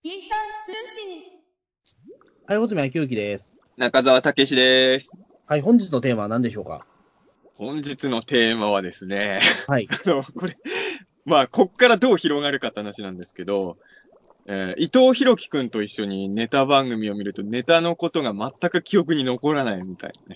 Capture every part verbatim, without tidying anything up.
ピーター通信。 はい、穂積昭之です。 中澤武史です。 はい、本日のテーマは何でしょうか？ 本日のテーマはですね、 はい。 あの、これ、まあ、こっからどう広がるかって話なんですけど、えー伊藤博樹くんと一緒にネタ番組を見ると、ネタのことが全く記憶に残らないみたいなね。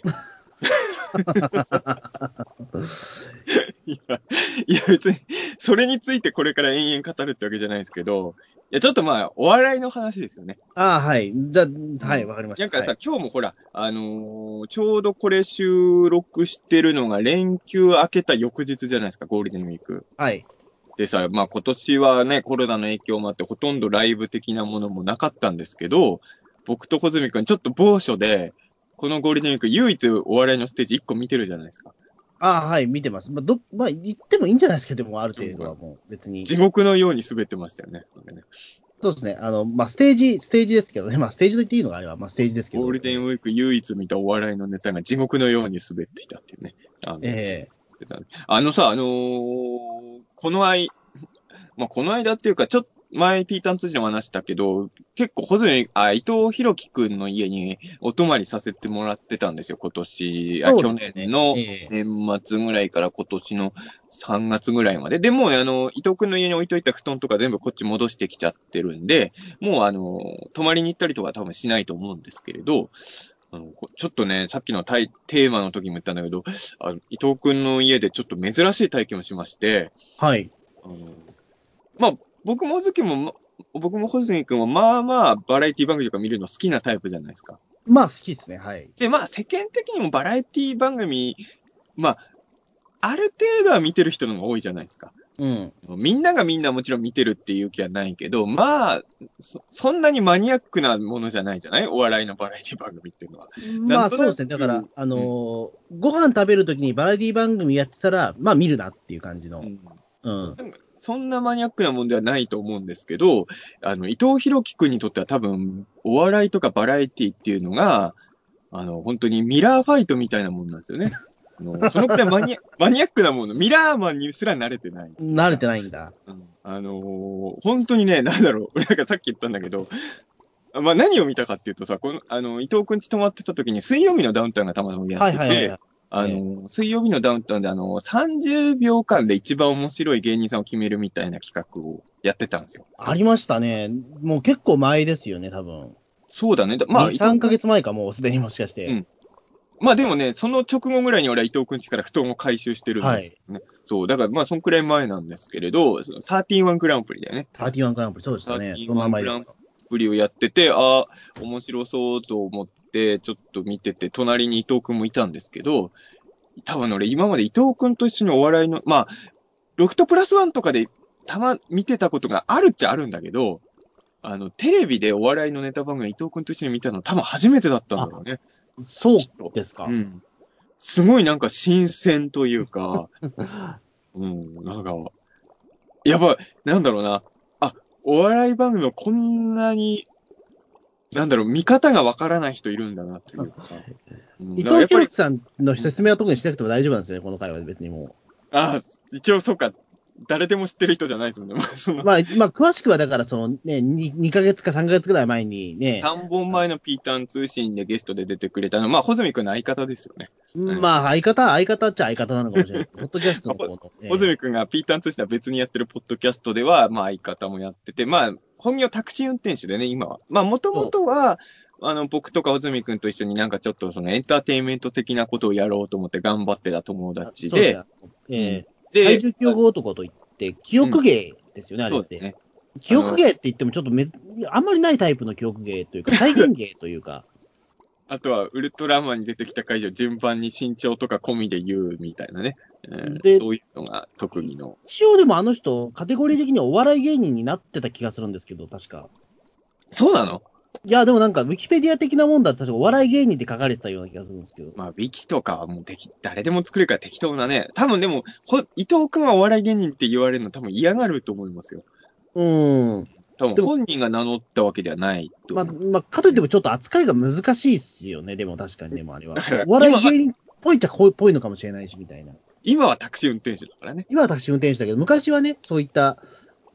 いや、いや別に、それについてこれから延々語るってわけじゃないですけど、いや、ちょっとまあ、お笑いの話ですよね。 ああ、はい。じゃあ、はい、 うん。 わかりました。 なんかさ、 はい。 今日もほら、あのーちょうどこれ収録してるのが連休明けた翌日じゃないですか、ゴールデンウィーク。 はい。 でさ、まあ今年はね、コロナの影響もあってほとんどライブ的なものもなかったんですけど、僕と小泉くんちょっと某所で、このゴールデンウィーク唯一お笑いのステージいっこ見てるじゃないですか。 ああ、はい、見てます。まあ、ど、まあ、言ってもいいんじゃないですか、でも、ある程度はうん。 もう、別に。 地獄のように滑ってましたよね。なんかねそうですね。あの、まあ、ステージ、ステージですけどね。まあ、ステージと言っていいのがあれば、まあ、ステージですけど。 ゴールデンえウィーク唯一見たお笑いのネタが地獄のように滑っていたっていうね。あの、 ええあのさ、あのーこの間、まあ、この間っていうか、ちょっと前、ピーターン通信でも話したけど、結構、ほずみ、あ、伊藤博樹くんの家にお泊まりさせてもらってたんですよ、今年、あ、 そう去ですね。 年のええ年末ぐらいから今年のさんがつぐらいまで。で、もうね、あの、伊藤くんの家に置いといた布団とか全部こっち戻してきちゃってるんで、もうあの、泊まりに行ったりとか多分しないと思うんですけれど、あの、こちょっとね、さっきのタイテーマの時も言ったんだけど、あの、伊藤くんの家でちょっと珍しい体験をしまして、 はい。 あの、まあ、僕もずきも、ま僕もホズミ君はまあまあバラエティ番組とか見るの好きなタイプじゃないですか。 まあ、好きですね。はい。 で、まあ世間的にもバラエティ番組、まあ、ある程度は見てる人の方が多いじゃないですか。 うん。 みんながみんなもちろん見てるっていう気はないけど、まあ、そそんなにマニアックなものじゃないじゃないお笑いのバラエティ番組っていうのは。なんまあ、 となく、 そうですね。だから、あのうん、 ーご飯食べるときにバラエティ番組やってたら、まあ、見るなっていう感じの。 うん。 うん。 なんかそんなマニアックなもんではないと思うんですけど、あの、伊藤博樹君にとっては多分、お笑いとかバラエティっていうのが、あの、本当にミラーファイトみたいなもんなんですよね。あの、そのくらいマニア、マニアックなもの、ミラーマンにすら慣れてないっていうか、 慣れてないんだ。 うん、あのー本当にね、なんだろう、なんかさっき言ったんだけど、まあ何を見たかっていうとさ、この、あの、伊藤くんち泊まってた時に水曜日のダウンタウンがたまたまやってて、 はいはいはいはい。 あええの、水曜日のダウンタウンであの、さんじゅうびょうかんで一番面白い芸人さんを決めるみたいな企画をやってたんですよ。 ありましたね。もう結構前ですよね、多分。 そうだね。だまあ、 に、3 伊藤くん、 ヶ月前か、もうすでにもしかして。 うん。まあでもね、その直後ぐらいに俺は伊藤くんちから布団を回収してるんはい。 ですよね。そう。だからまあ、そんくらい前なんですけれど、そのサーティワングランプリだよね。 サーティワングランプリ、そうでしたね。その名サーティワングラン前でした。 プリをやってて、ああ、面白そうと思って、ちょっと見てて、隣に伊藤くんもいたんですけど、多分俺今まで伊藤くんと一緒にお笑いの、まあ、ロフトプラスワンとかでたま、見てたことがあるっちゃあるんだけど、あの、テレビでお笑いのネタ番組伊藤くんと一緒に見たの多分初めてだったんだあ、 ろうね。 そうきっと。 ですか。 うん。すごいなんか新鮮というか、うん、なんか、やばい、なんだろうな。あ、お笑い番組はこんなに、なんだろう、見方がわからない人いるんだなというか。うん、 伊藤だからやっぱり、 博樹さんのうん、 説明は特にしなくても大丈夫なんですよね、この回は別にもあ、一応そうか、誰でも知ってる人じゃないですもんね。まあ、そう。 の、 まあ、まあ、詳しくはだから、そのね、に、にかげつかさんかげつぐらい前にね、 さんぼんまえのピーターン通信でゲストで出てくれたの、まあ、穂積君の相方ですよね。うん。 まあ、相方、相方っちゃ相方なのかもしれない。ポッドキャストまあ、 の方の、 穂ね、 積君がピーターン通信は別にやってるポッドキャストでは、まあ、相方もやってて、まあ、本業タクシー運転手でね、今は。まあ、もともそとは、あの、僕とか穂積君と一緒になんかちょっとそのエンターテインメント的なことをやろうと思って頑張ってた友う、あ達で、 そうですね。 うん。 えー、体で、あ重記憶男といって、記うん、 憶芸ですよね、あれって。 そうですね。 記あの、 憶芸って言ってもちょっとめず、あんまりないタイプの記憶芸というか、再現芸というか、 あとは、ウルトラマンに出てきた回以上、順番に身長とか込みで言うみたいなね。えーで、 そういうのが特技の。 一応でもあの人、カテゴリー的にはお笑い芸人になってた気がするんですけど、確か。 そうなの？ いや、でもなんか、ウィキペディア的なもんだと確かお笑い芸人って書かれてたような気がするんですけど。 まあ、ウィキとかはもうでき、誰でも作れるから適当なね。多分でも、ほ伊藤君はお笑い芸人って言われるの多分嫌がると思いますよ。 うーん。 多分でも、 本人が名乗ったわけではないとまあ、 思う。 まあ、かといってもちょっと扱いが難しいっすよね、でも確かにね、もあれは。 だから、 お笑い今は、 芸人っぽいっちゃこうぽいのかもしれないし、みたいな。 今はタクシー運転手だからね。 今はタクシー運転手だけど、昔はね、そういった、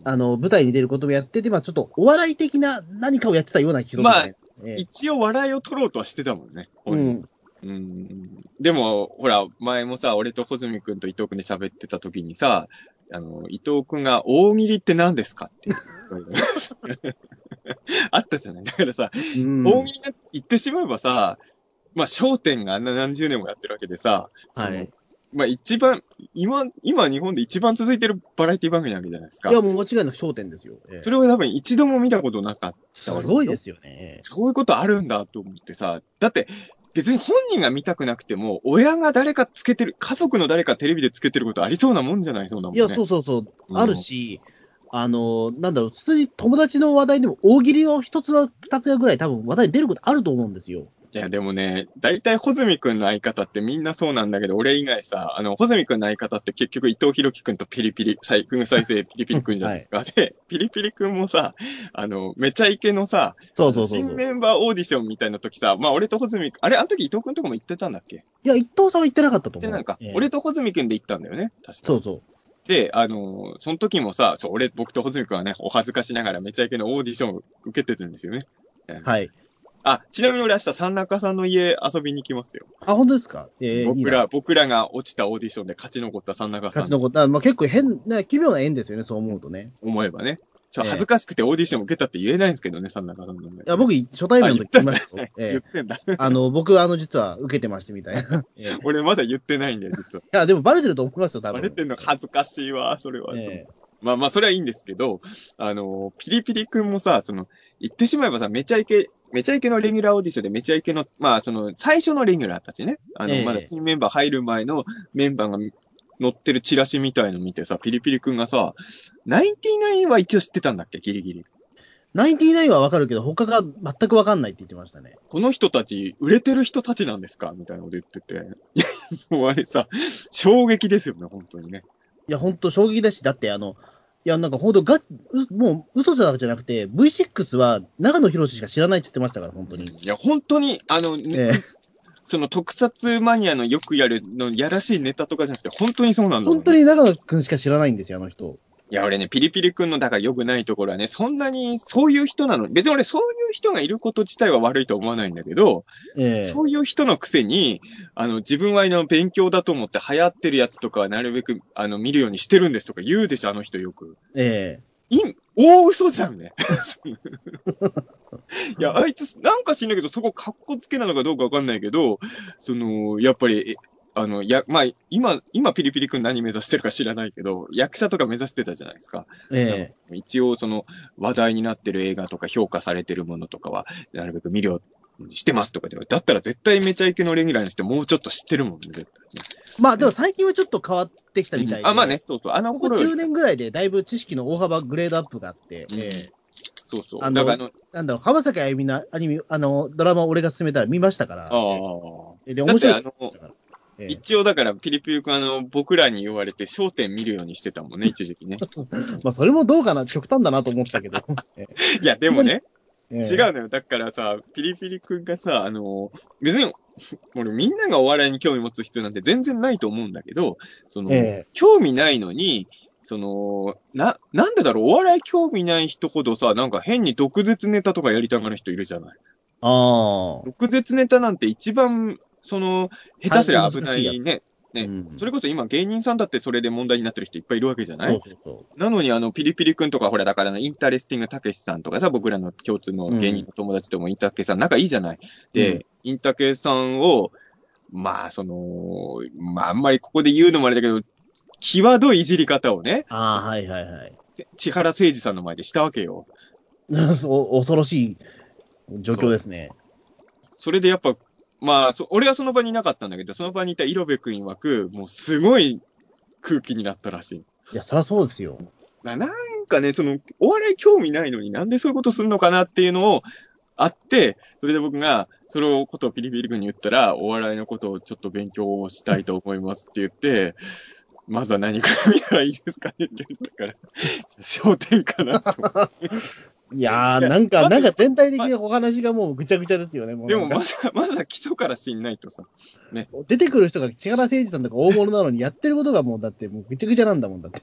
あの、舞台に出ることもやってて、まあちょっとお笑い的な何かをやってたような人じゃないですか、 まあ、一応笑いを取ろうとはしてたもんね。うん。うん。でも、ほら、前もさ、俺と穂積君と伊藤君で喋ってた時にさ、あの、伊藤君が大喜利って何ですかってあったじゃない。だからさ、うん、大喜利が言ってしまえばさ、まあ、笑点があんな何十年もやってるわけでさ、はい。まあ一番、今、今日本で一番続いてるバラエティ番組なわけじゃないですか。 いや、もう間違いなく笑点ですよ。 ええ、それを多分一度も見たことなかったわけすごいですよね。 そういうことあるんだと思ってさ、だって別に本人が見たくなくても、親が誰かつけてる、家族の誰かテレビでつけてることありそうなもんじゃない、そうなもんね。 いや、そうそうそう、うん、あるし、あの、なんだろう、普通に友達の話題でも大喜利の一つは二つぐらい多分話題出ることあると思うんですよ。 いや、でもね、大体、穂積くんの相方ってみんなそうなんだけど、俺以外さ、あの、穂積くんの相方って結局伊藤博樹くんとピリピリ、再君再生ピリピリくんじゃないですか。はい、で、ピリピリくんもさ、あの、めちゃイケのさ、 そうそうそうそう新メンバーオーディションみたいな時さ、まあ俺と穂積くん、あれ、あの時伊藤くんとかも行ってたんだっけ？ いや、伊藤さんは行ってなかったと思う。 で、なんか、えー、俺と穂積くんで行ったんだよね、確か。 そうそう。 で、あのー、その時もさ、そう、俺、僕と穂積くんはね、お恥ずかしながらめちゃイケのオーディションを受けてるんですよね。 はい。 あ、ちなみに俺明日三中さんの家遊びに行きますよ。 あ、本当ですか？ えー、僕ら、僕らが落ちたオーディションで勝ち残った三中さん。 勝ち残った。まあ結構変な、奇妙な縁ですよね、そう思うとね。 思えばね。ちょ、恥ずかしくてオーディション受けたって言えないんですけどね、三中さんの、ね。 いや、僕、初対面の時言いましたよ。 言ってんだ。 あの、僕、あの、実は受けてましてみたいな。 俺まだ言ってないんだよ、実は。いや、でもバレてると思いますよ、多分。 バレてんの恥ずかしいわ、それは。えーまあまあ、それはいいんですけど、あの、ピリピリ君もさ、その、言ってしまえばさ、めちゃイケ、めちゃイケのレギュラーオーディションでめちゃイケの、まあ、その、最初のレギュラーたちね、あの、えー、まだ新メンバー入る前のメンバーが載ってるチラシみたいの見てさ、ピリピリ君がさ、ナインティナインは一応知ってたんだっけ、ギリギリ。 ナインティナインはわかるけど、他が全くわかんないって言ってましたね。 この人たち、売れてる人たちなんですかみたいなこと言ってて。いや、もうあれさ、衝撃ですよね、本当にね。 いや、本当衝撃だし、だってあの、いや、なんか本当が、もう嘘じゃなくて、ブイシックス は長野博しか知らないって言ってましたから、本当に。いや、本当に、あの、ね、えー、その特撮マニアのよくやるのやらしいネタとかじゃなくて、本当にそうなんだ、ね。 本当に長野くんしか知らないんですよ、あの人。 いや、俺ね、ピリピリ君のだから良くないところはね、そんなに、そういう人なの。別に俺、そういう人がいること自体は悪いと思わないんだけど、えー、そういう人のくせに、あの、自分はあの勉強だと思って流行ってるやつとかはなるべく、あの、見るようにしてるんですとか言うでしょ、あの人よく。 ええー、い大嘘じゃんね。いや、あいつ、なんか知んないけど、そこカッコつけなのかどうかわかんないけど、その、やっぱり、あの、や、まあ、今、今ピリピリ君何目指してるか知らないけど、役者とか目指してたじゃないですか。ええ。一応、その、話題になってる映画とか評価されてるものとかは、なるべく見るようにしてますとかで、だったら絶対めちゃイケのレギュラーの人もうちょっと知ってるもんね、絶対ね。 まあ、でも最近はちょっと変わってきたみたいで。 うん、あ、まあね、そうそう。あの頃。 ここじゅうねんぐらいでだいぶ知識の大幅グレードアップがあって、うん、ええ。 そうそう。 あの、あのなんだろう、浜崎あゆみのアニメ、あの、ドラマを俺が勧めたら見ましたから。ああ。で、面白いですから。 一応だから、ピリピリ君、あの、僕らに言われて、焦点見るようにしてたもんね、一時期ね。 まあ、それもどうかな、極端だなと思ったけど。 いや、でもね、えー、違うのよ。だからさ、ピリピリ君がさ、あの、別に、俺みんながお笑いに興味持つ必要なんて全然ないと思うんだけど、その、えー、興味ないのに、その、な、なんでだろう、お笑い興味ない人ほどさ、なんか変に毒舌ネタとかやりたがる人いるじゃない。ああ。毒舌ネタなんて一番、その、下手すりゃ危ないね。ね、うん、それこそ今芸人さんだってそれで問題になってる人いっぱいいるわけじゃない？そうそうそう。なのにあの、ピリピリ君とかほら、だからインタレスティングたけしさんとかさ、僕らの共通の芸人の友達ともインタケさん仲いいじゃない。で、うん、インタケさんを、まあ、その、まあ、あんまりここで言うのもあれだけど、際どいいじり方をね。 ああ、はいはいはい。 千原誠二さんの前でしたわけよ。 恐ろしい状況ですね。 そ, それでやっぱ、まあそ、俺はその場にいなかったんだけど、その場にいたイロベ君曰く、もうすごい空気になったらしい。いや、そりゃそうですよ。 なんかね、その、お笑い興味ないのになんでそういうことするのかなっていうのをあって、それで僕が、そのことをピリピリ君に言ったら、お笑いのことをちょっと勉強したいと思いますって言って、まずは何から見たらいいですかねって言ったから、焦点かなと。 いやー、なんか、なんか全体的なお話がもうぐちゃぐちゃですよね。もうでもまずは、まずは基礎から知んないとさ。ね。 出てくる人が千原誠二さんとか大物なのに、やってることがもう、だってもうぐちゃぐちゃなんだもんだって。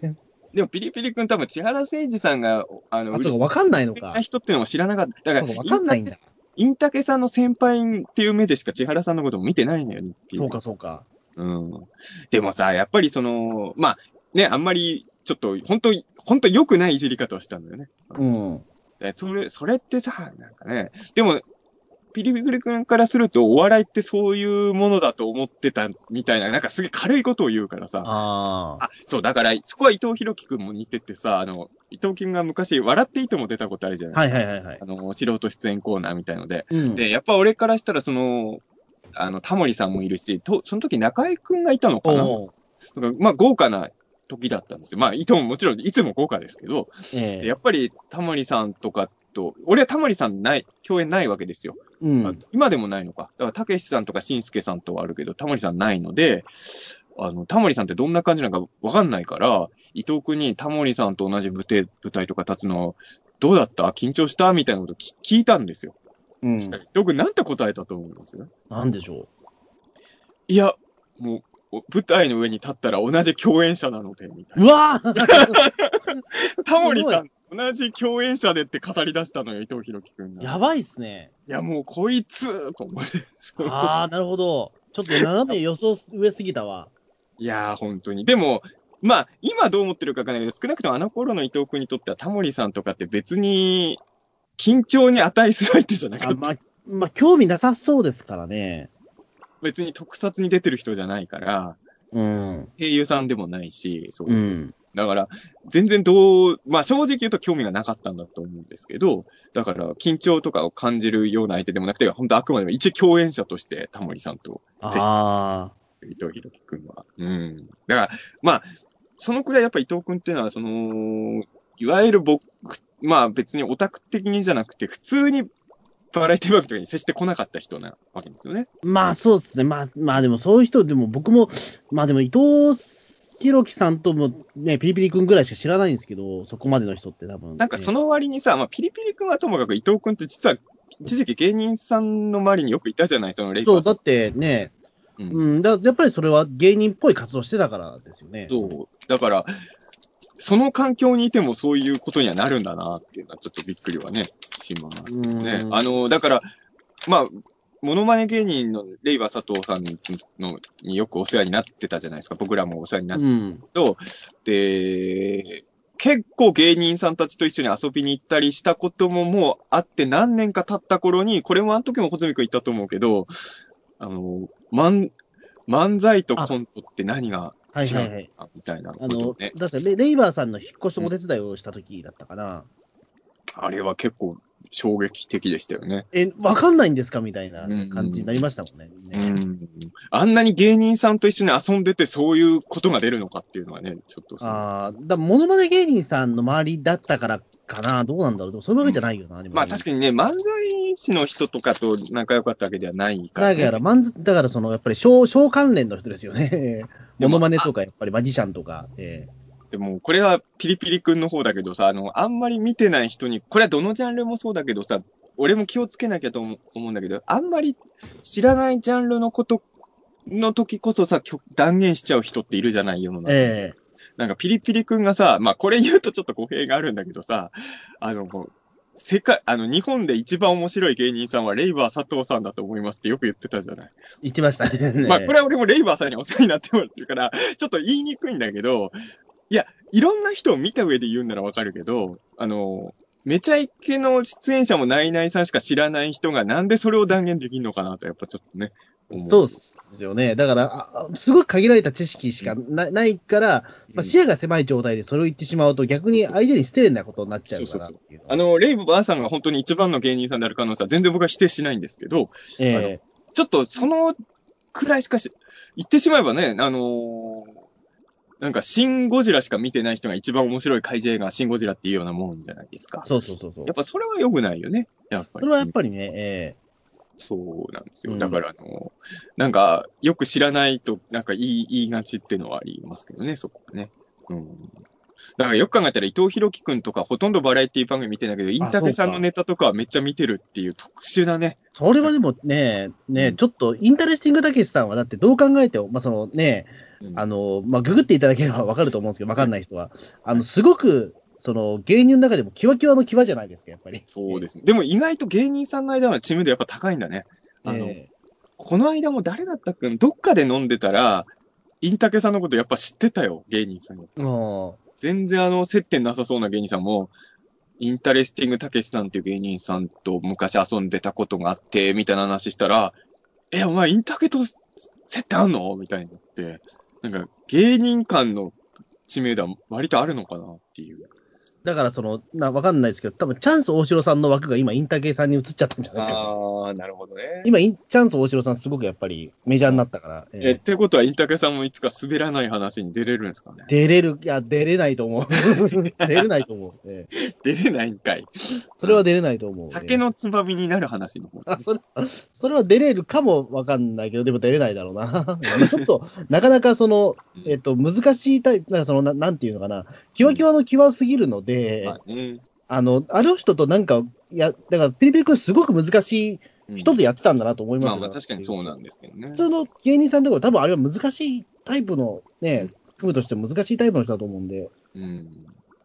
でもピリピリ君多分千原誠二さんが、あの、 あ、そうか、わかんないのか売れな。人っていうのも知らなかった。だから、 わかんないんだ。 インタケさんの先輩っていう目でしか千原さんのことも見てないのよね。 そうか、そうか。 うん。でもさ、やっぱりその、まあ、ね、あんまり、ちょっと、本当本当良くないいじり方をしたんだよね。 うん。 でそれ、それってさ、なんかね、でも、ピリピリ君からすると、お笑いってそういうものだと思ってたみたいな、なんかすげえ軽いことを言うからさ。 ああ。 あ、そう、だから、そこは伊藤博樹君も似ててさ、あの、伊藤君が昔、笑っていいとも出たことあるじゃないはいはいはいはい。 あの、素人出演コーナーみたいので。 うん、 で、やっぱ俺からしたら、その、あの、タモリさんもいるし、と、その時中居君がいたのかなおだからまあ、豪華な時だったんですよ。まあ、伊藤ももちろん、いつも豪華ですけど、 ええやっぱりタモリさんとかと、俺はタモリさんない、共演ないわけですよ。 うん。 今でもないのか。だから、たけしさんとかしんすけさんとはあるけど、タモリさんないので、あの、タモリさんってどんな感じなのかわかんないから、伊藤君にタモリさんと同じ舞台舞台とか立つの、どうだった緊張したみたいなこと聞聞いたんですよ。 うん。 伊藤君なんて答えたと思いますなんでしょいや、もう、舞台の上に立ったら同じ共演者なので、みたいううな。 わータモリさん、同じ共演者でって語り出したのよ、伊藤博樹君が。 やばいっすね。 いや、もうこいつ、と思って。 ああ、なるほど。ちょっと斜め予想上すぎたわ。 いやー、本当に。でも、まあ、今どう思ってるかわかんないけど、少なくともあの頃の伊藤君にとってはタモリさんとかって別に、緊張に値する相手じゃなかあ、 った。 まあ、まあ、興味なさそうですからね。 別に特撮に出てる人じゃないから、 うん。 声優さんでもないし、そう。 うん。 だから、全然どう、まあ正直言うと興味がなかったんだと思うんですけど、だから緊張とかを感じるような相手でもなくて、本当あくまでも一共演者としてタモリさんと接してああ。 伊藤博樹君は。うん。だから、まあ、そのくらいやっぱ伊藤君っていうのは、その、いわゆる僕、まあ別にオタク的にじゃなくて、普通にバラエティ番組とかに接してこなかった人なわけですよね。 まあそうですね。まあ、まあでもそういう人、でも僕も、まあでも伊藤博樹さんともね、ピリピリ君ぐらいしか知らないんですけど、そこまでの人って多分、ね。 なんかその割にさ、まあピリピリ君はともかく伊藤君って実は一時期芸人さんの周りによくいたじゃない、そのレイパーそう、だってね、うん、うん、だやっぱりそれは芸人っぽい活動してたからですよね。 そう。だから、その環境にいてもそういうことにはなるんだなっていうのはちょっとびっくりはね、しますね。あの、だから、まあ、モノマネ芸人のレイバー佐藤さんのによくお世話になってたじゃないですか。僕らもお世話になってたけど、うん、で、結構芸人さんたちと一緒に遊びに行ったりしたことももうあって何年か経った頃に、これもあの時も小泉君言ったと思うけど、あの、漫、漫才とコントって何が違うのか、はいはいはい、みたいなことをね。 あの、だってレ、レイバーさんの引っ越しお手伝いをした時だったかな。 うん、あれは結構衝撃的でしたよね。 え、わかんないんですかみたいな感じになりましたもんね。 うんうん、あんなに芸人さんと一緒に遊んでてそういうことが出るのかっていうのはね、ちょっと。 ああ、だモノマネ芸人さんの周りだったからかな、どうなんだろう。でもそういうわけじゃないよな。うん、 まあ確かにね、漫才師の人とかと仲良かったわけではないから、ね。 だから、漫だからその、やっぱり小、小関連の人ですよね。モノマネとか、やっぱりマジシャンとか。えーでも、これはピリピリ君の方だけどさ、あの、あんまり見てない人に、これはどのジャンルもそうだけどさ、俺も気をつけなきゃと思うんだけど、あんまり知らないジャンルのことの時こそさ、断言しちゃう人っているじゃない世の中。 ええー、 なんかピリピリ君がさ、まあこれ言うとちょっと語弊があるんだけどさ、あの、もう、世界、あの、日本で一番面白い芸人さんはレイバー佐藤さんだと思いますってよく言ってたじゃない。 言ってましたね。 まあこれは俺もレイバーさんにお世話になってもらってるから、ちょっと言いにくいんだけど、いや、いろんな人を見た上で言うんならわかるけど、あの、めちゃイケの出演者もナイナイさんしか知らない人がなんでそれを断言できるのかなと、やっぱちょっとね。 そうですよね。だからあ、すごく限られた知識しか な,、うん、ないから、まあ、視野が狭い状態でそれを言ってしまうと、逆に相手に失礼なことになっちゃうからっていう。そうそうそう、 あの、レイバーさんが本当に一番の芸人さんである可能性は全然僕は否定しないんですけど、 えー、 あのちょっとそのくらいしかし、言ってしまえばね、あのー、なんか、シン・ゴジラしか見てない人が一番面白い怪獣映画、シン・ゴジラっていうようなもんじゃないですか。 そうそうそうそう。 やっぱそれは良くないよね。やっぱり。 それはやっぱりね、えー、そうなんですよ。だから、あの、なんか、よく知らないと、なんか言い、言いがちっていうのはありますけどね、そこはね。うん。だからよく考えたら伊藤博樹くんとかほとんどバラエティ番組見てないけど、インタテさんのネタとかはめっちゃ見てるっていう特殊なね。 それはでもね、ね、うん、ちょっとインタレスティングたけしさんはだってどう考えても、まあそのね、 うん、 あの、まあ、ググっていただければわかると思うんですけど、わかんない人は。あの、すごく、その、芸人の中でもキワキワのキワじゃないですか、やっぱり。 そうですね。でも意外と芸人さんの間の知名度やっぱ高いんだね。あの、 えこの間も誰だったっけ、どっかで飲んでたら、インタケさんのことやっぱ知ってたよ、芸人さんが。 えも全然あの、接点なさそうな芸人さんも、インタレスティングたけしさんっていう芸人さんと昔遊んでたことがあって、みたいな話したら、え、お前インタケと接点あんのみたいになって、なんか芸人間の知名度は割とあるのかなっていう。 う、だからその、な、わかんないですけど、多分チャンス大城さんの枠が今、インタケイさんに移っちゃったんじゃないですかね。 ああ、なるほどね。 今、インチャンス大城さん、すごくやっぱりメジャーになったから。 え、っええてことはインタケさんもいつか滑らない話に出れるんですかね。 出れる、いや、出れないと思う。出れないと思う。ええ出れないんかい。 それは出れないと思う。 酒のつまみになる話の方、 あ、それ、それは出れるかもわかんないけど、でも出れないだろうな。まあちょっと、なかなかその、えっと、難しいタイプ、なんかそのな、なんていうのかな、キワキワのキワすぎるので、 まあね。 あの、あの人となんか、いや、だからピリピリ君すごく難しい人でやってたんだなと思いますよ。 まあまあ確かにそうなんですけどね。 普通の芸人さんとか多分あれは難しいタイプのね、組むとしても難しいタイプの人だと思うんで。 うん。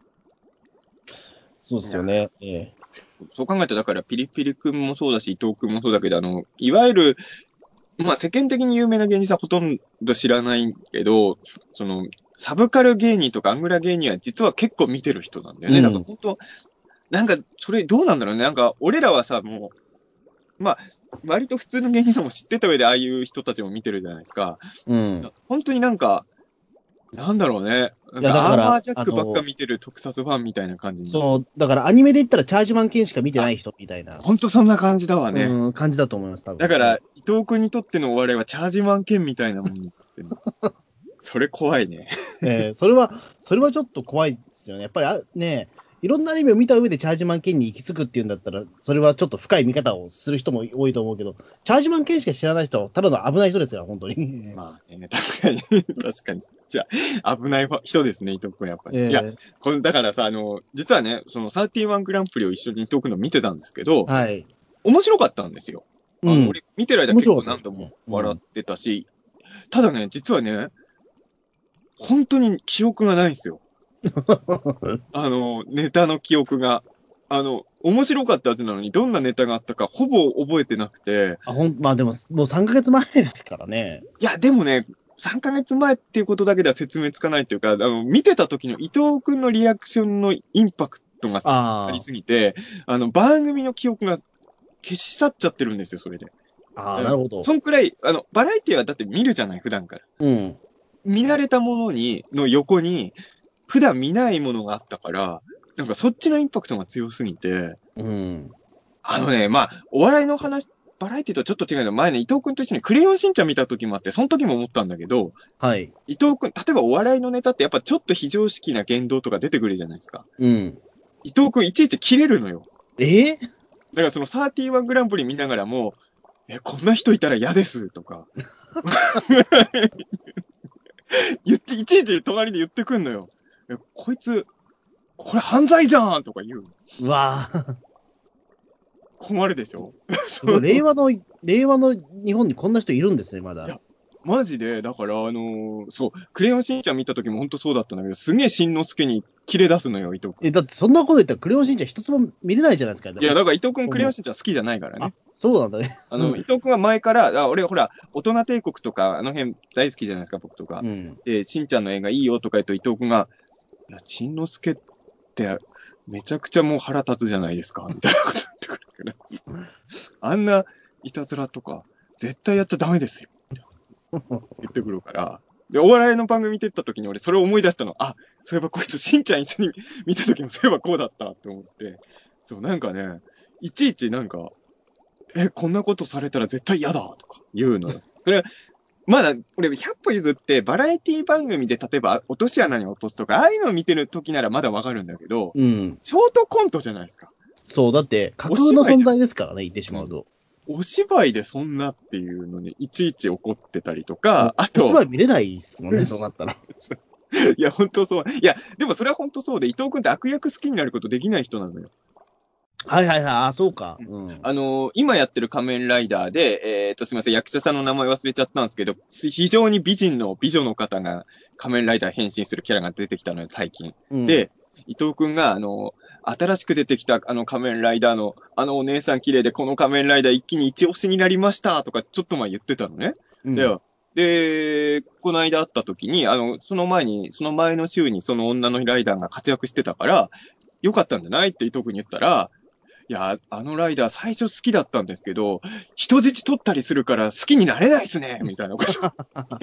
そうですよね。ええ。 そう考えたら、だからピリピリ君もそうだし、伊藤君もそうだけど、あの、いわゆる、まあ世間的に有名な芸人さんほとんど知らないけど、その、サブカル芸人とかアングラ芸人は実は結構見てる人なんだよね。 うんだから本当、なんか、それどうなんだろうね。なんか、俺らはさ、もう、まあ、割と普通の芸人さんも知ってた上でああいう人たちも見てるじゃないですか。 うん。 本当になんか、なんだろうね。なんいやだからかアーマージャックばっかあの見てる特撮ファンみたいな感じに。 そう、だからアニメで言ったらチャージマン系しか見てなあ、 い人みたいな、 本当そんな感じだわね。 うん、感じだと思います、多分。 だから、伊藤君にとってのお笑いはチャージマン剣みたいなもんになってる。それ怖いね。 えーそれは、それはちょっと怖いですよね。やっぱりあね、いろんなアニメを見た上でチャージマン剣に行き着くっていうんだったら、それはちょっと深い見方をする人も多いと思うけど、チャージマン剣しか知らない人は、ただの危ない人ですよ、本当に。 まあね、確かに、確かに。じゃあ、危ない人ですね、伊藤君やっぱり。 えーいや、これ、だからさ、あの、実はね、そのサーティワングランプリを一緒に伊藤君の見てたんですけど、 はい。 面白かったんですよ。あの、 うん。 俺、見てる間結構何度も笑うんってたし、ただね、実はね、本当に記憶がないんですよ。あの、ネタの記憶が。あの、面白かったはずなのに、どんなネタがあったかほぼ覚えてなくて。 あほんまあでも、もうさんかげつまえですからね。 いや、でもね、さんかげつまえっていうことだけでは説明つかないっていうか、あの、見てた時の伊藤くんのリアクションのインパクトがあありすぎて、あの、番組の記憶が消し去っちゃってるんですよ、それで。 あ、ああ、なるほど。 そんくらい、あの、バラエティはだって見るじゃない、普段から。 うん。 見慣れたものに、の横に、普段見ないものがあったから、なんかそっちのインパクトが強すぎて、 うん。 あのね、まあ、お笑いの話、バラエティとはちょっと違うけど、前ね、伊藤くんと一緒にクレヨンしんちゃん見た時もあって、その時も思ったんだけど、 はい。 伊藤くん、例えばお笑いのネタってやっぱちょっと非常識な言動とか出てくるじゃないですか。 うん。 伊藤くんいちいち切れるのよ。 えー、 だからそのサーティワングランプリ見ながらも、え、こんな人いたら嫌ですとか。言って、いちいち隣で言ってくんのよ。え、こいつ、これ犯罪じゃんとか言う。 うわぁ。 困るでしょすごい令和の、令和の日本にこんな人いるんですね、まだ。 いやマジで、だから、あのーそう、クレヨンしんちゃん見た時も本当そうだったんだけど、すげえしんのすけに切れ出すのよ、伊藤くん。 え、だってそんなこと言ったらクレヨンしんちゃん一つも見れないじゃないですか。 いや、だから伊藤くんクレヨンしんちゃん好きじゃないからね。 あ、そうなんだね。 あの、伊藤くんは前から、あ俺、ほら、大人帝国とか、あの辺大好きじゃないですか、僕とか。 うん。 で、しんちゃんの映画いいよとか言うと伊藤くんが、いや、しんのすけって、めちゃくちゃもう腹立つじゃないですか、みたいなこと言ってくるから。あんないたずらとか、絶対やっちゃダメですよ。言ってくるから。で、お笑いの番組見てった時に俺それを思い出したの。あ、そういえばこいつしんちゃん一緒に見た時もそういえばこうだったって思って。そう、なんかね、いちいちなんか、え、こんなことされたら絶対嫌だとか言うのよ。それまだ、俺、ひゃっぽ譲って、バラエティ番組で、例えば、落とし穴に落とすとか、ああいうのを見てる時ならまだわかるんだけど、 うん。 ショートコントじゃないですか。 そう、だって、架空の存在ですからね、言ってしまうと。 お芝居でそんなっていうのに、いちいち怒ってたりとか、あと、 お芝居見れないですもんね、そうなったら。 いや、本当そう。いや、でもそれは本当そうで、伊藤君って悪役好きになることできない人なのよ。 はいはいはい、あ、そうか。うん。 あのー今やってる仮面ライダーで、えっと、すみません、役者さんの名前忘れちゃったんですけど、非常に美人の美女の方が仮面ライダー変身するキャラが出てきたのよ、最近。 うん。 で、伊藤くんが、あのー新しく出てきたあの仮面ライダーの、あのお姉さん綺麗で、この仮面ライダー一気に一押しになりましたとか、ちょっと前言ってたのね。で、 うん。 で、この間会った時に、あの、その前に、その前の週にその女のライダーが活躍してたから、よかったんじゃないって伊藤くんに言ったら、いや、あのライダー最初好きだったんですけど、人質取ったりするから好きになれないっすねみたいなこと。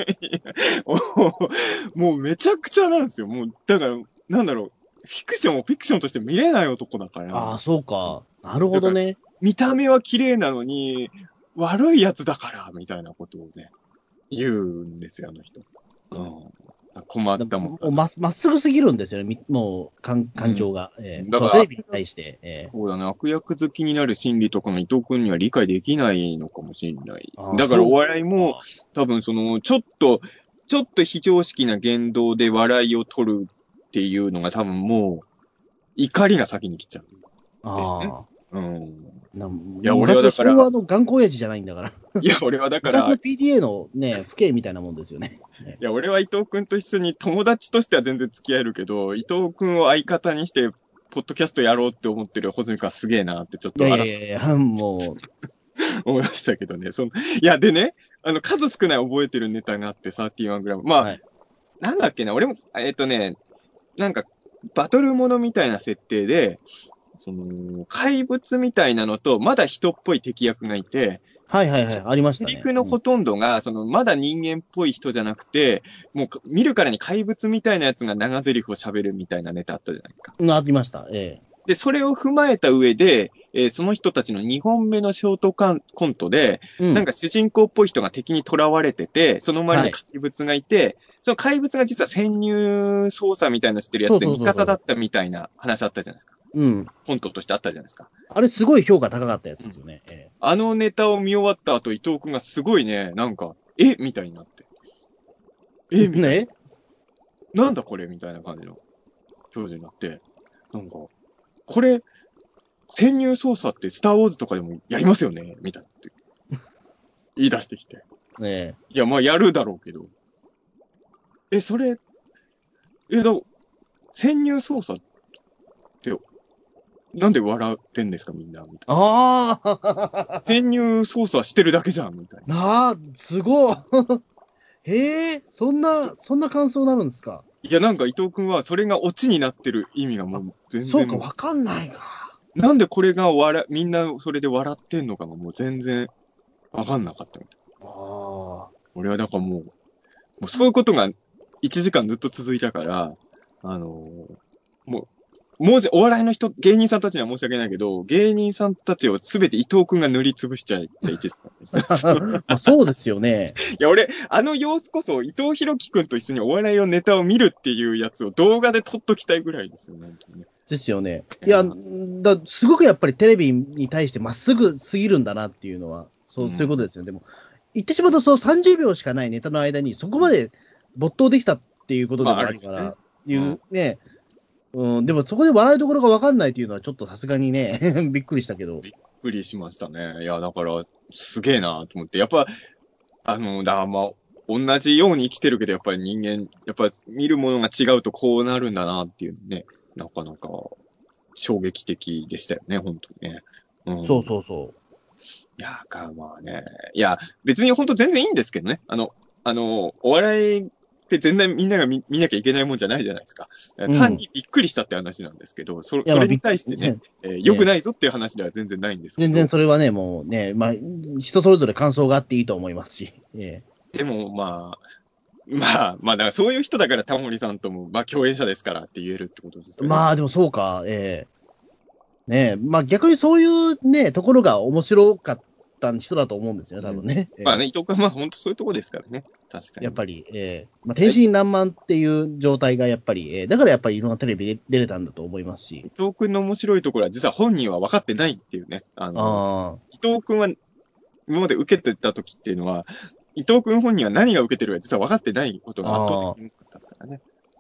もうめちゃくちゃなんですよ。もう、だから、なんだろう、フィクションをフィクションとして見れない男だから。 ああ、そうか。なるほだから、 どね。 見た目は綺麗なのに、悪いやつだから、みたいなことをね、言うんですよ、あの人。うん。困ったもんだな。 もうままっすぐすぎるんですよね、みもう感感情が。えー、 だから、 そうテレビに対して。えそうだね、悪役好きになる心理とかが伊藤君には理解できないのかもしれないです。 ー、ああ、 だからおそう笑いも、 か。 多分その、ちょっと、ちょっと非常識な言動で笑いを取るっていうのが多分もう、怒りが先に来ちゃうんですね。 ああ。 うん。 ないや、俺は昔のだから、 昭和の頑固親父じゃないんだから。 いや、俺はだから、 昔の ピーティーエー のね、父兄みたいなもんですよね。ねいや、俺は伊藤君と一緒に友達としては全然付き合えるけど、伊藤君を相方にして、ポッドキャストやろうって思ってる穂積君はすげえなってちょっいやいやと改いやいや、も思いましたけどね。そのいや、でね、あの、数少ない覚えてるネタがあって、サーティワングラム。まう、 あ、 はい。 なんだっけな、俺も、えっとね、なんか、バトルものみたいな設定で、その、怪物みたいなのと、まだ人っぽい敵役がいて、 はいはいはい、ありましセたね。うんリフのほとんどが、その、まだ人間っぽい人じゃなくて、もう、見るからに怪物みたいなやつが長台詞を喋るみたいなネタあったじゃないか。 うん、ありました。えで、それを踏まえた上で、えーその人たちのにほんめのショートカンコントで、 えうん。 なんか主人公っぽい人が敵に囚われてて、その周りはい。 に怪物がいて、その怪物が実は潜入捜査みたいなのしてるやつでそうそうそうそ味方だったみたいな話あったじゃないですか。 う。うん。 コントとしてあったじゃないですか。 あれ、すごい評価高かったやつですよね。えあのネタを見終わった後、伊藤くんがすごいね、なんか、えみたいになって。 ええみたいねな。なんだこれみたいな感じの表情になって、なんか、これ、潜入捜査ってスターウォーズとかでもやりますよねみたいなって言い出してきて。 えいや、まあやるだろうけど。え、それ、え、だ、潜入捜査って、なんで笑ってんですかみんなみたいああな。潜入捜査してるだけじゃんみたいな。 なあ、すごい。へえ、そんな、そんな感想になるんですか。 いや、なんか伊藤くんはそれがオチになってる意味がもう全そうか、 然もわかんないか。 う、なんでこれが笑、みんなそれで笑ってんのかがもう全然わかんなかったみたい。 ああ。 俺はだからもう、もうそういうことがいちじかんずっと続いたから、あのーもう、もうお笑いの人、芸人さんたちには申し訳ないけど、芸人さんたちをすべて伊藤くんが塗りつぶしちゃったいちじかんでした。いまあ、そうですよね。 や、俺、あの様子こそ伊藤博樹くんと一緒にお笑いをネタを見るっていうやつを動画で撮っときたいぐらいですよね、本当にね。 ですよね。いや、だすごくやっぱりテレビに対してまっすぐすぎるんだなっていうのは、そう、 うんそういうことですよ。でも、言ってしまうと、そうさんじゅうびょうしかないネタの間に、そこまで没頭できたっていうことでもあるから、 まああるいうね、うん、でもそこで笑いどころが分かんないっていうのは、ちょっとさすがにね、びっくりしたけど。 びっくりしましたね。いや、だから、すげえなと思って。やっぱ、あの、だからまあ、同じように生きてるけど、やっぱり人間、やっぱ見るものが違うとこうなるんだなっていうね、なかなか衝撃的でしたよね、本当にね。うん、 そうそうそいや、か、まあね。いや、別に本当全然いいんですけどね。あの、あの、お笑いって全然みんなが見見なきゃいけないもんじゃないじゃないですか。 うん単にびっくりしたって話なんですけど、そう。いや、まあ、びっそれに対してね、えー良くないぞっていう話では全然ないんですけ全ど。 然それはね、もうね、まあ、人それぞれ感想があっていいと思いますし。えでも、まあ、まあ、まあ、だからそういう人だからタモリさんとも、まあ、共演者ですからって言えるってことですよね。 えまあ、でもそうか、ええねえ、まあ逆にそういうね、ところが面白かった人だと思うんですよね、多分ね。ええまあね、伊藤君はまあ本当そういうとこですからね。確かに。 やっぱり、ええまあ、天真爛漫っていう状態がやっぱり、ええだからやっぱりいろんなテレビで出れたんだと思います伊し。 藤君の面白いところは、実は本人は分かってないっていうね。あの、 あ伊藤君は今まで受けてた時っていうのは、伊藤君本人は何が受けてるか実は分かってないことが圧倒的に多かったですからね。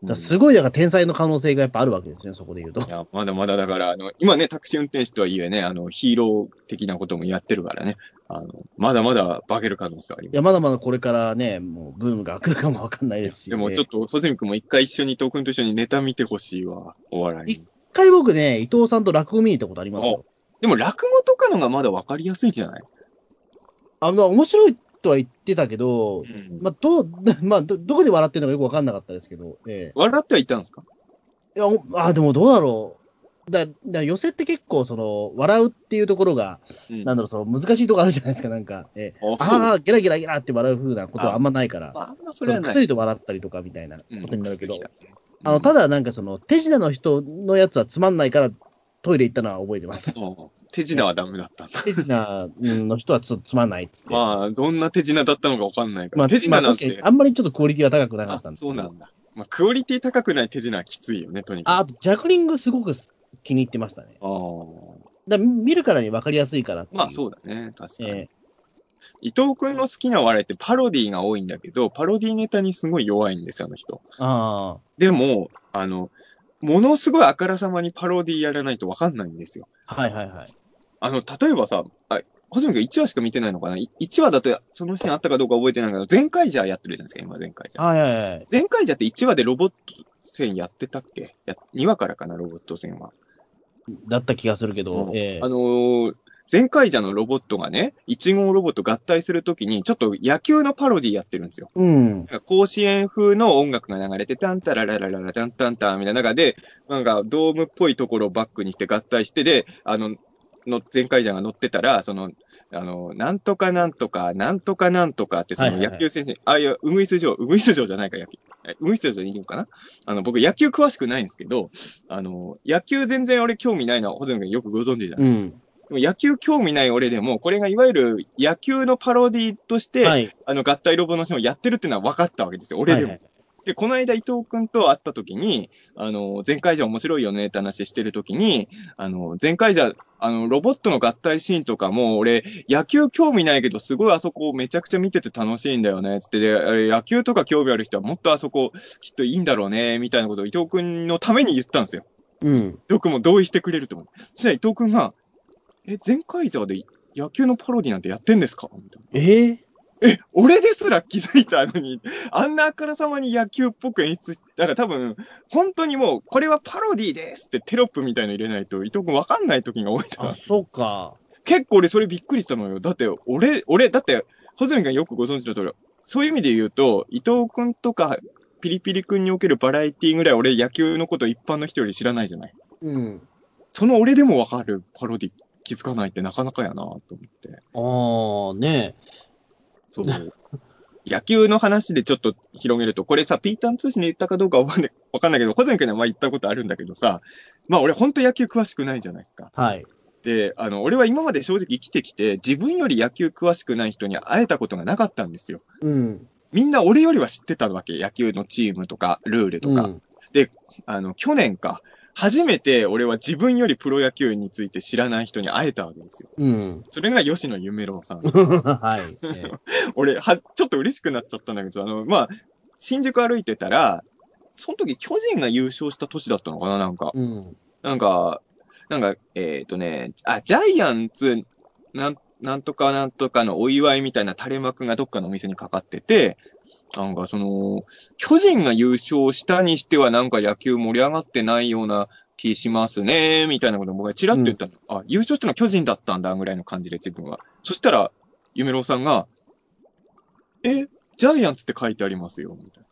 だからすごい、だから天才の可能性がやっぱあるわけですね、そこで言うと。 いや、まだまだだから、あの、今ね、タクシー運転手とはいえね、あの、ヒーロー的なこともやってるからね、あの、まだまだ化ける可能性あります。 いや、まだまだこれからね、もうブームが来るかもわかんないですし、 でもちょっと、細見君も一回一緒に伊藤君と一緒にネタ見てほしいわ、お笑い一に。 回僕ね、伊藤さんと落語見に行ったことありますよ。 でも落語とかのがまだわかりやすいんじゃない？ あの、面白いとは言ってたけど、 うんまあ、どう、まあど、どこで笑ってるのかよくわかんなかったですけど、ええ笑ってはいたんですか？ いや、おあ、でもどうだろう。だ、だ寄せって結構、その、笑うっていうところが、 うんなんだろう、その、難しいところあるじゃないですか、なんか。ええあそうああ、ゲラゲラゲラって笑う風なことはあんまないから、 まあ、あんまそそれはない。 の薬と笑ったりとかみたいなことになるけど、 うんあの、ただなんかその、手品の人のやつはつまんないから、トイレ行ったのは覚えてます。 うん手品はダメだったんだ。 手品の人はつつまんないっつって。 まあ、どんな手品だったのかわかんないから。 まあ、 手品なんて。 まあ確かに、あんまりちょっとクオリティは高くなかったんあ、 ですけど。 そうなんだ。まあ、クオリティ高くない手品はきついよね、とにかく。 あ、あと、ジャグリングすごく気に入ってましたね。 ああ。 だ見るからに分かりやすいからっていう。 まあ、そうだね。確かに。 え伊藤君の好きな笑いってパロディーが多いんだけど、パロディーネタにすごい弱いんですよ、あの人。 ー、あでも、あの、ものすごいあからさまにパロディーやらないとわかんないんですよ。 あ、はいはいはい。 あの、例えばさ、あ、細見君いちわしか見てないのかな？ いち 話だとそのシーンあったかどうか覚えてないけど、全開ジャーやってるじゃないですか、今全開ジャー。 はいはいはい。 全開ジャーっていちわでロボット戦やってたっけ？やにわからかな、ロボット戦は。 だった気がするけど、 うんええあのー、全開ジャーのロボットがね、いち号ロボット合体するときに、ちょっと野球のパロディやってるんですよ。 うん。 甲子園風の音楽が流れて、タンタラララララタンタンタンみたいな中で、なんかドームっぽいところをバックにして合体して、で、あの、の全開ジャーが乗ってたら、その、あの、なんとかなんとか、なんとかなんとかって、そのはいはいはい野球選手、ああいう、ウグイス嬢、ウグイス嬢じゃないか、野球。えウグイス嬢でいいのかな？あの、僕野球詳しくないんですけど、あの、野球全然俺興味ないのは、ほとんどよくご存知じゃないですか。 うん。 でも野球興味ない俺でも、これがいわゆる野球のパロディとして、 はい。 あの、合体ロボの人もやってるっていうのは分かったわけですよ、俺でも。 はいはいで、この間伊藤君と会った時に、あの、前回じゃ面白いよねって話してる時に、あの、前回じゃ、あの、ロボットの合体シーンとかも、俺、野球興味ないけど、すごいあそこめちゃくちゃ見てて楽しいんだよね、つって、で、あれ野球とか興味ある人はもっとあそこきっといいんだろうね、みたいなことを伊藤君のために言ったんですよ。 うん。 僕も同意してくれると思う。そしたら伊藤君が、え、前回じゃで野球のパロディなんてやってんですかみたいな。 えええ、俺ですら気づいたのに、あんなあからさまに野球っぽく演出し、だから多分、本当にもう、これはパロディですってテロップみたいの入れないと、伊藤君わかんない時が多いかあ、 ら。 そうか。 結構俺それびっくりしたのよ。だって、俺、俺、だって、ホズミがよくご存知の通り、そういう意味で言うと、伊藤君とか、ピリピリ君におけるバラエティぐらい俺野球のこと一般の人より知らないじゃない。 うん。 その俺でもわかるパロディ気づかないってなかなかやなと思って。 ああ、ねそう。野球の話でちょっと広げると、これさ、ピーターン通信で言ったかどうかわかんないわかんないけど、小泉君にはまあ言ったことあるんだけどさ、まあ俺本当野球詳しくないじゃないですか。 はい。 で、あの、俺は今まで正直生きてきて、自分より野球詳しくない人に会えたことがなかったんですよ。 うん。 みんな俺よりは知ってたわけ。野球のチームとか、ルールとか。 うん。 で、あの、去年か、初めて俺は自分よりプロ野球について知らない人に会えたわけですよ。 うん。 それが吉野夢郎さん。 はい。ええ俺は、ちょっと嬉しくなっちゃったんだけど、あの、まあ、新宿歩いてたら、その時巨人が優勝した年だったのかな、なんか。 うん。 なんか、なんか、えっ、とね、あ、ジャイアンツ、なん、なんとかなんとかのお祝いみたいな垂れ幕がどっかのお店にかかってて、なんかその、巨人が優勝したにしてはなんか野球盛り上がってないような気しますね、みたいなことを僕がチラッと言ったの。あ、優勝したのは巨人だったんだ、ぐらいの感じで自分は。そしたら、夢郎さんが、え、ジャイアンツって書いてありますよ、みた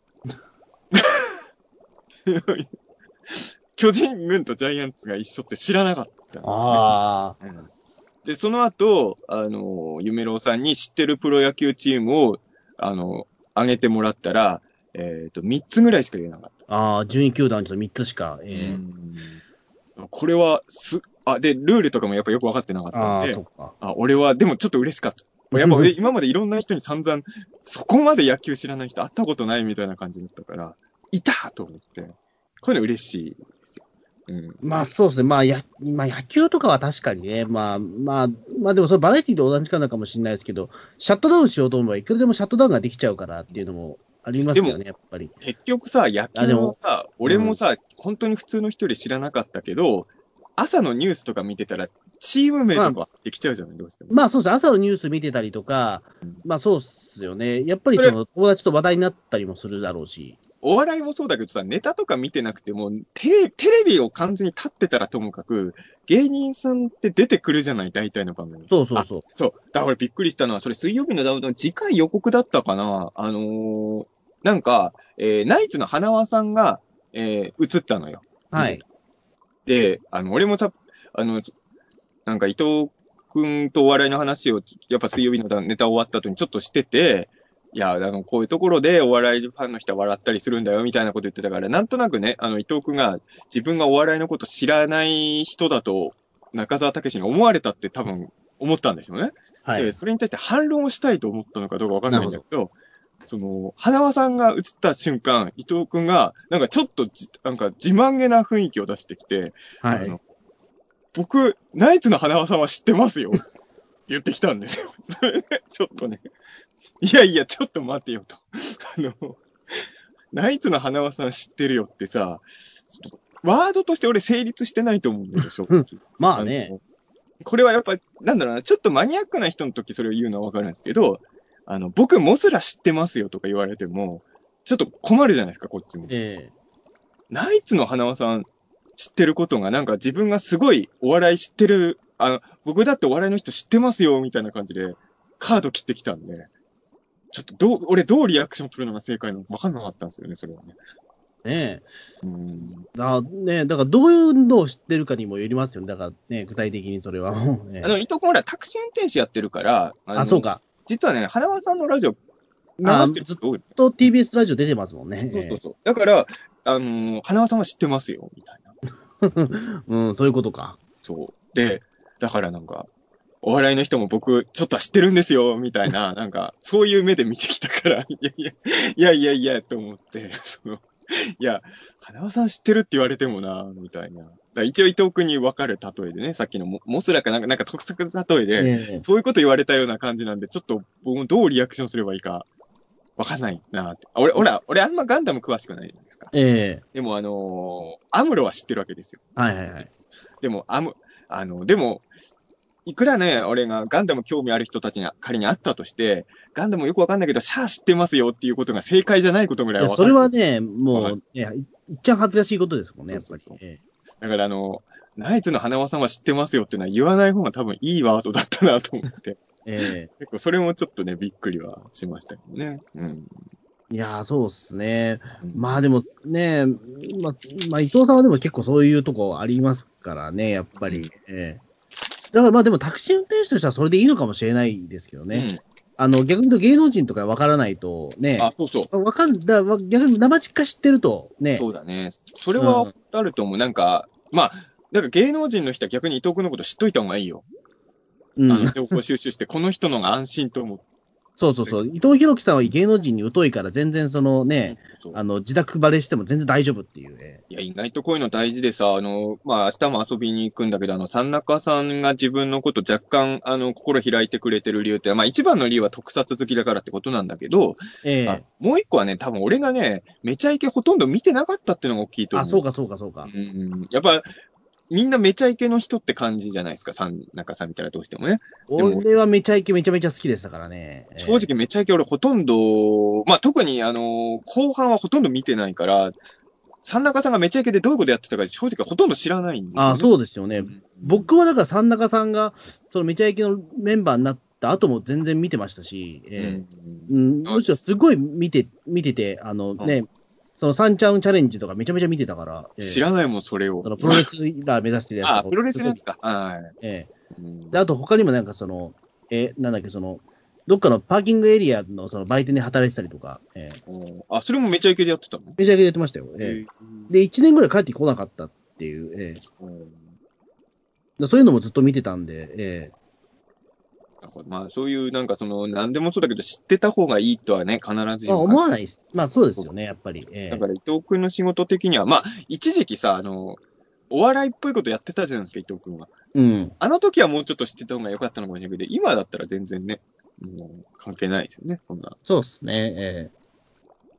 いな。巨人軍とジャイアンツが一緒って知らなかったんです、ね。 ああ。 うんで、その後、あの、夢郎さんに知ってるプロ野球チームを、あの、挙げてもらったら、えっ、と、みっつぐらいしか言えなかった。 ああ、順位球団ちょっとみっつしか。ええうんこれは、す、あ、で、ルールとかもやっぱよく分かってなかったああ、 んで、 そっか。 あ、俺は、でもちょっと嬉しかった。やっぱ俺、今までいろんな人に散々、そこまで野球知らない人会ったことないみたいな感じだったから、いたと思って、こういうの嬉しいですよ。うん。 まあそうですね。まあ、や、まあ野球とかは確かにね。まあ、まあ、まあでもそれバラエティで同じかなかもしれないですけど、シャットダウンしようと思えばいくらでもシャットダウンができちゃうからっていうのもあありますよね、やっぱり。 結局さ、野球あでもはさ、俺もさ、本当に普通の人で知らなかったけど、朝のニュースとか見てたら、チーム名とかできちゃうじゃない、どうしても。 まあそうです。朝のニュース見てたりとか、まあそうっすよね。やっぱりその友達と話題になったりもするだろうし。 お笑いもそうだけどさ、ネタとか見てなくても、テレテレビを完全に立ってたらともかく、芸人さんって出てくるじゃない、大体の番組。 そうそうそう。 そう。だから俺びっくりしたのは、それ水曜日のダウンタウン、次回予告だったかな。あのー、なんか、えー、ナイツの花輪さんが、えー、映ったのよ。 はい。 で、あの、俺もさ、あの、なんか伊藤くんとお笑いの話を、やっぱ水曜日のネタ終わった後にちょっとしてて、いや、あの、こういうところでお笑いファンの人は笑ったりするんだよ、みたいなこと言ってたから、なんとなくね、あの、伊藤くんが自分がお笑いのこと知らない人だと、中澤武史に思われたって多分思ったんでしょうね。 はい。 で、それに対して反論をしたいと思ったのかどうかわかんないんだけど、その、花輪さんが映った瞬間、伊藤くんが、なんかちょっとじ、なんか自慢げな雰囲気を出してきて、 はい。 あの、僕、ナイツの花輪さんは知ってますよって言ってきたんですよ。それで、ちょっとね、いやいや、ちょっと待てよと。あの、ナイツの花輪さん知ってるよってさ、ワードとして俺成立してないと思うんだよ、正直。 まあね。 これはやっぱ、なんだろうな、ちょっとマニアックな人の時それを言うのはわかるんですけど、あの、僕、モスラ知ってますよとか言われても、ちょっと困るじゃないですか、こっちも。 ええナイツの花輪さん知ってることが、なんか自分がすごいお笑い知ってる、あの、僕だってお笑いの人知ってますよ、みたいな感じで、カード切ってきたんで、ちょっとどう、俺どうリアクション取るのが正解なのか分かんなかったんですよね、それはね。 ねえ。 うん。 だね、だからどういうのを知ってるかにもよりますよね。だからね、具体的にそれは。ね、 あの、伊藤君ほら、タクシー運転手やってるから、あの、 あ、そうか。 実はね、花輪さんのラジオ流あ、 してるずっ人多い。 と ティービーエス ラジオ出てますもんね。 そうそうそう。だから、あのー花輪さんは知ってますよ、みたいな。 うん、そういうことか。 そう。で、だからなんか、お笑いの人も僕、ちょっとは知ってるんですよ、みたいな、なんか、そういう目で見てきたから、いやいや、いやいやいや、と思って、その、いや、花輪さん知ってるって言われてもな、みたいな。だから一応伊藤君に分かる例えでね、さっきのモモスラかなんか、なんか特色の例えで、 ええそういうこと言われたような感じなんで、ちょっと僕もどうリアクションすればいいか、分かんないなって。あ俺、俺、俺あんまガンダム詳しくないじゃないですか。 ええでもあのーアムロは知ってるわけですよ。 はいはいはい。 でも、アム、あの、でも、いくらね、俺がガンダム興味ある人たちに仮に会ったとして、ガンダムよくわかんないけど、シャア知ってますよっていうことが正解じゃないことぐらいいや、そはわかる。 れはね、 わかる。 もう、いや、いいっちゃん恥ずかしいことですもんね、やっぱり。 そうそうそう。 えだからあの、ナイツの花輪さんは知ってますよっていうのは言わない方が多分いいワードだったなと思って。 ええ結構それもちょっとね、びっくりはしましたけどね。うん。 えいやー、そうっすね。 うんまあでもね、まあ、まあ、伊藤さんはでも結構そういうとこありますからね、やっぱり。ええだからまあでもタクシー運転手としてはそれでいいのかもしれないですけどね。 うん。 あの、逆に言うと芸能人とかわからないとね、 あ、そうそう。 わかん、だわ逆に生実家知ってるとね、 そうだね。それはうん、 あると思う。なんか、まあ、なんか芸能人の人は逆に伊藤君のこと知っといた方がいいよ。 うん。 あの、情報収集して、この人の方が安心と思う。 そうそうそう。伊藤博樹さんは芸能人に疎いから全然そのね、 そう。 あの、自宅バレしても全然大丈夫っていうね。 いや、意外とこういうの大事でさ、あの、まあ、明日も遊びに行くんだけど、あの、三中さんが自分のこと若干、あの、心開いてくれてる理由って、まあ、一番の理由は特撮好きだからってことなんだけど、あ、 ええもう一個はね、多分俺がね、めちゃイケほとんど見てなかったっていうのが大きいとあ、 思う。 そうかそうかそうか。 うん、やっぱ、みんなめちゃイケの人って感じじゃないですか、三中さん見たらどうしてもね。でも、 俺はめちゃイケめちゃめちゃ好きでしたからね。ええ正直めちゃイケ俺ほとんど、まあ、特にあの、後半はほとんど見てないから、三中さんがめちゃイケでどういうことやってたか正直ほとんど知らないんですよあ、 ね。 そうですよね。 うん僕はだから三中さんが、そのめちゃイケのメンバーになった後も全然見てましたし、 うええん。 うん、むしろすごい見て、見てて、あのね、そのサンチャンチャレンジとかめちゃめちゃ見てたから、ええ知らないもん、それを。 そのプロレスラー目指してるやつとあ、 か、 プロレスすごいのやつか。はええい。うんで、あと他にもなんかその、え、なんだっけ、その、どっかのパーキングエリアのその売店で働いてたりとか、ええおあ、それもめちゃイケでやってたのめちゃイケでやってましたよ。ええで、いちねんぐらい帰ってこなかったっていう、ええうんでそういうのもずっと見てたんで、ええなんかまあ、そういう、なんかその、なんでもそうだけど、知ってた方がいいとはね、必ずしまあ、 も思わないです。まあ、そうですよね、やっぱり。ええだから伊藤君の仕事的には、まあ、一時期さ、あの、お笑いっぽいことやってたじゃないですか、伊藤君は。 うん。 あの時はもうちょっと知ってた方が良かったのかもしれないけど、今だったら全然ね、もう関係ないですよね、そんな。 そうですね。ええ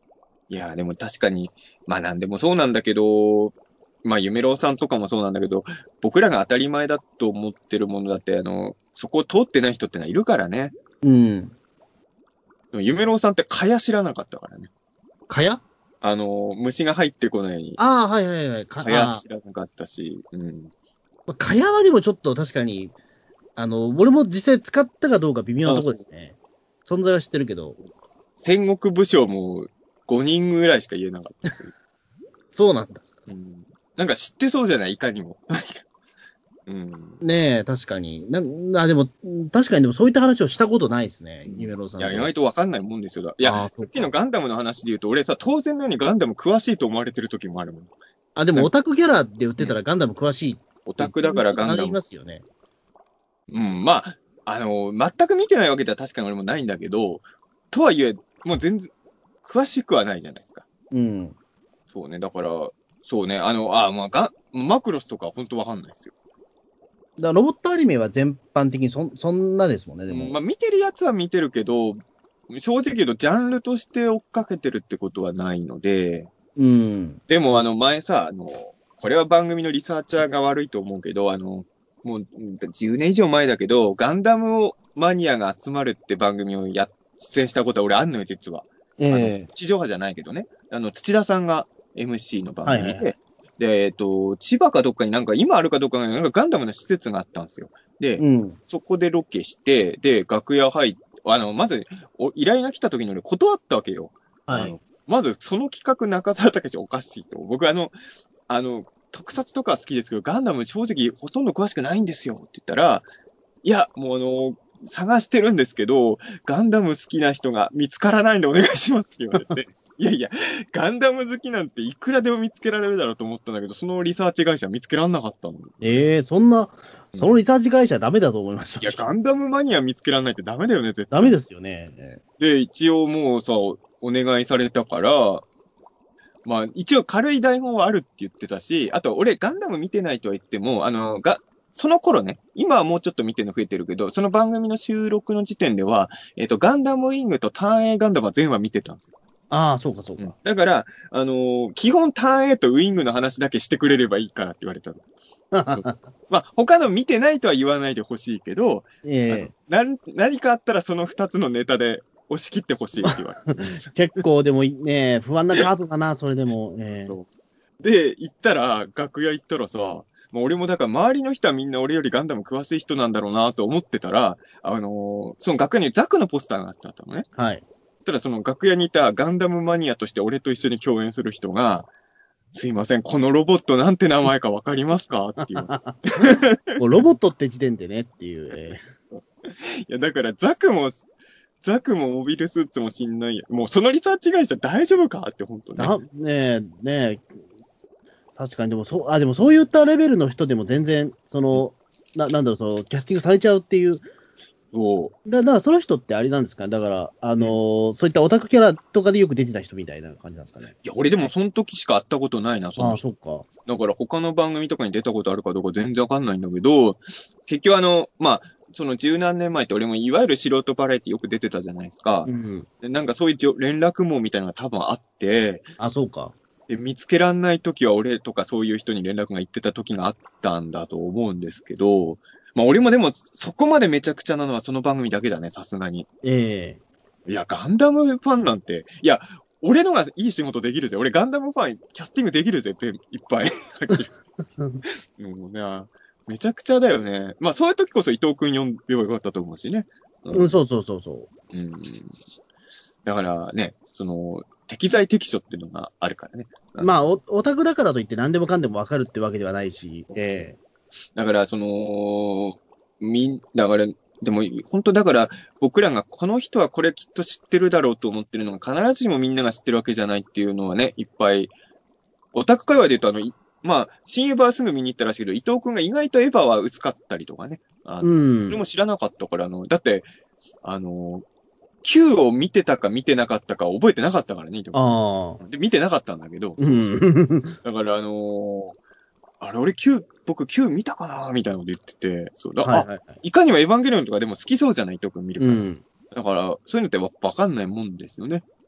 いや、でも確かに、まあなんでもそうなんだけど、まあ夢郎さんとかもそうなんだけど、僕らが当たり前だと思ってるものだって、あの、そこを通ってない人ってのはいるからね。 うん。 でも夢郎さんって蚊帳知らなかったからね。 かやあの、虫が入ってこないように、 ああ、はいはいはい。か、 蚊帳あ知らなかったし、うん。 あ。かやはでもちょっと確かに、あの、俺も実際使ったかどうか微妙なあ、 とこそう。 ろですね。存在は知ってるけど。 戦国武将もごにんぐらいしか言えなかったし。 そうなんだ。 うん。なんか知ってそうじゃない、いかにも。うん。 ねえ、確かに。な、あ、でも、確かにでもそういった話をしたことないですね。 うん夢郎さいや、意んと。 外とわかんないもんですよ。だいや、 ああ、 さっきのそうか。 ガンダムの話で言うと、俺さ、当然のようにガンダム詳しいと思われてる時もあるもん。 あ、でなんかもオタクキャラで売ってたね、 らガンダム詳しいってオタクだからガンありダム。 ますよね。 うん、まあ、あの、全く見てないわけでは確かに俺もないんだけど、とはいえ、もう全然、詳しくはないじゃないですか。 うん。 そうね、だから、そうね、あの、あ、まあ、ガン、マクロスとか本当わかんないですよ。 だからロボットアニメは全般的にそんそんなですもんね、でも。 うん、まあ、見てるやつは見てるけど、正直言うと、ジャンルとして追っかけてるってことはないので、 うん。 でも、あの、前さ、あの、これは番組のリサーチャーが悪いと思うけど、あの、もううんじゅうねん以上前だけど、ガンダムをマニアが集まるって番組をや、出演したことは俺あんのよ、実は。あの、 ええ地上波じゃないけどね。あの、土田さんが エムシー の番組で、 はいはいはい。 で、えっと、千葉かどっかになんか、今あるかどうかがなんかガンダムの施設があったんですよ。で、 うん。 そこでロケして、で、楽屋入って、あの、まず、お依頼が来た時に俺断ったわけよ。 はい。 あの、まずその企画中澤隆史おかしいと。僕あの、あの、特撮とかは好きですけど、ガンダム正直ほとんど詳しくないんですよって言ったら、いや、もうあの、探してるんですけど、ガンダム好きな人が見つからないんでお願いしますって言われて、いやいや、ガンダム好きなんていくらでも見つけられるだろうと思ったんだけど、そのリサーチ会社見つけられなかったの。 ええそんな、 うん、 そのリサーチ会社はダメだと思いました。 いや、ガンダムマニア見つけられないってダメだよね、絶対。 ダメですよね。 で、一応もうさ、お願いされたから、まあ、一応軽い台本はあるって言ってたし、あと俺ガンダム見てないとは言っても、あの、が、その頃ね、今はもうちょっと見てるの増えてるけど、その番組の収録の時点では、えっと、ガンダムウィングとターン A ガンダムは全話見てたんですよ。 ああ、そうかそううん、 か。 だから、あのー基本ターン A とウィングの話だけしてくれればいいからって言われたの。まあ、他の見てないとは言わないでほしいけど、あのええ何、何かあったらその二つのネタで押し切ってほしいって言われて。 結構でもね、不安なカードだな、それでも。ええそう。で、行ったら、楽屋行ったらさ、まあ、俺もだから周りの人はみんな俺よりガンダム詳しい人なんだろうなと思ってたら、あのーその楽屋にザクのポスターがあったのね。 はい。 そしたらその楽屋にいたガンダムマニアとして俺と一緒に共演する人が、すいません、このロボットなんて名前かわかりますかっていう。 もうロボットって時点でねっていう。えいや、だからザクも、ザクもモビルスーツもしんないや。もうそのリサーチ会社大丈夫かって本当ね。 えだねえ、ねえ、確かに、でもそう、あ、でもそういったレベルの人でも全然、その、ななんだろう、その、キャスティングされちゃうっていう、 そだだからその人ってあれなんですかね、だから、あのーそういったオタクキャラとかでよく出てた人みたいな感じなんですかね。 いや、俺でもその時しか会ったことないな、そああ、 の人。 そっか。 だから他の番組とかに出たことあるかどうか全然わかんないんだけど、結局あの、まあ、その十何年前って俺もいわゆる素人バラエティよく出てたじゃないですか。 うん。 でなんかそういうじょ連絡網みたいなのが多分あって、 あ、そうか。 で見つけらんない時は俺とかそういう人に連絡が行ってた時があったんだと思うんですけど、まあ俺もでもそこまでめちゃくちゃなのはその番組だけだね、さすがに。 ええいや、ガンダムファンなんて、いや、俺のがいい仕事できるぜ。俺ガンダムファンキャスティングできるぜ、いっぱい。もうね、めちゃくちゃだよね。まあそういう時こそ伊藤くん呼んでよかったと思うしね。ううん、そうそうそうそうん。だからね、その、適材適所っていうのがあるからね。 う。まあ、おオタクだからといって何でもかんでもわかるってわけではないし、えだから、その、みん、だから、でも、本当だから、僕らがこの人はこれきっと知ってるだろうと思ってるのが、必ずしもみんなが知ってるわけじゃないっていうのはね、いっぱい、オタク界隈で言うと、あの、いまあ、新エヴァはすぐ見に行ったらしいけど、伊藤くんが意外とエヴァは薄かったりとかね。あえうの、 ん。 それも知らなかったから、あの、だって、あの、Q を見てたか見てなかったか覚えてなかったからね、伊藤ああ。 君。で、見てなかったんだけど、 うそうそう。 ん。 だから、あのーあれ、俺 Q、僕 Q 見たかなみたいなこと言ってて、そうだ、あ、 はいはいはい。 いかにもエヴァンゲリオンとかでも好きそうじゃない伊藤君見るから。 うん。 だから、そういうのってわわかんないもんですよね。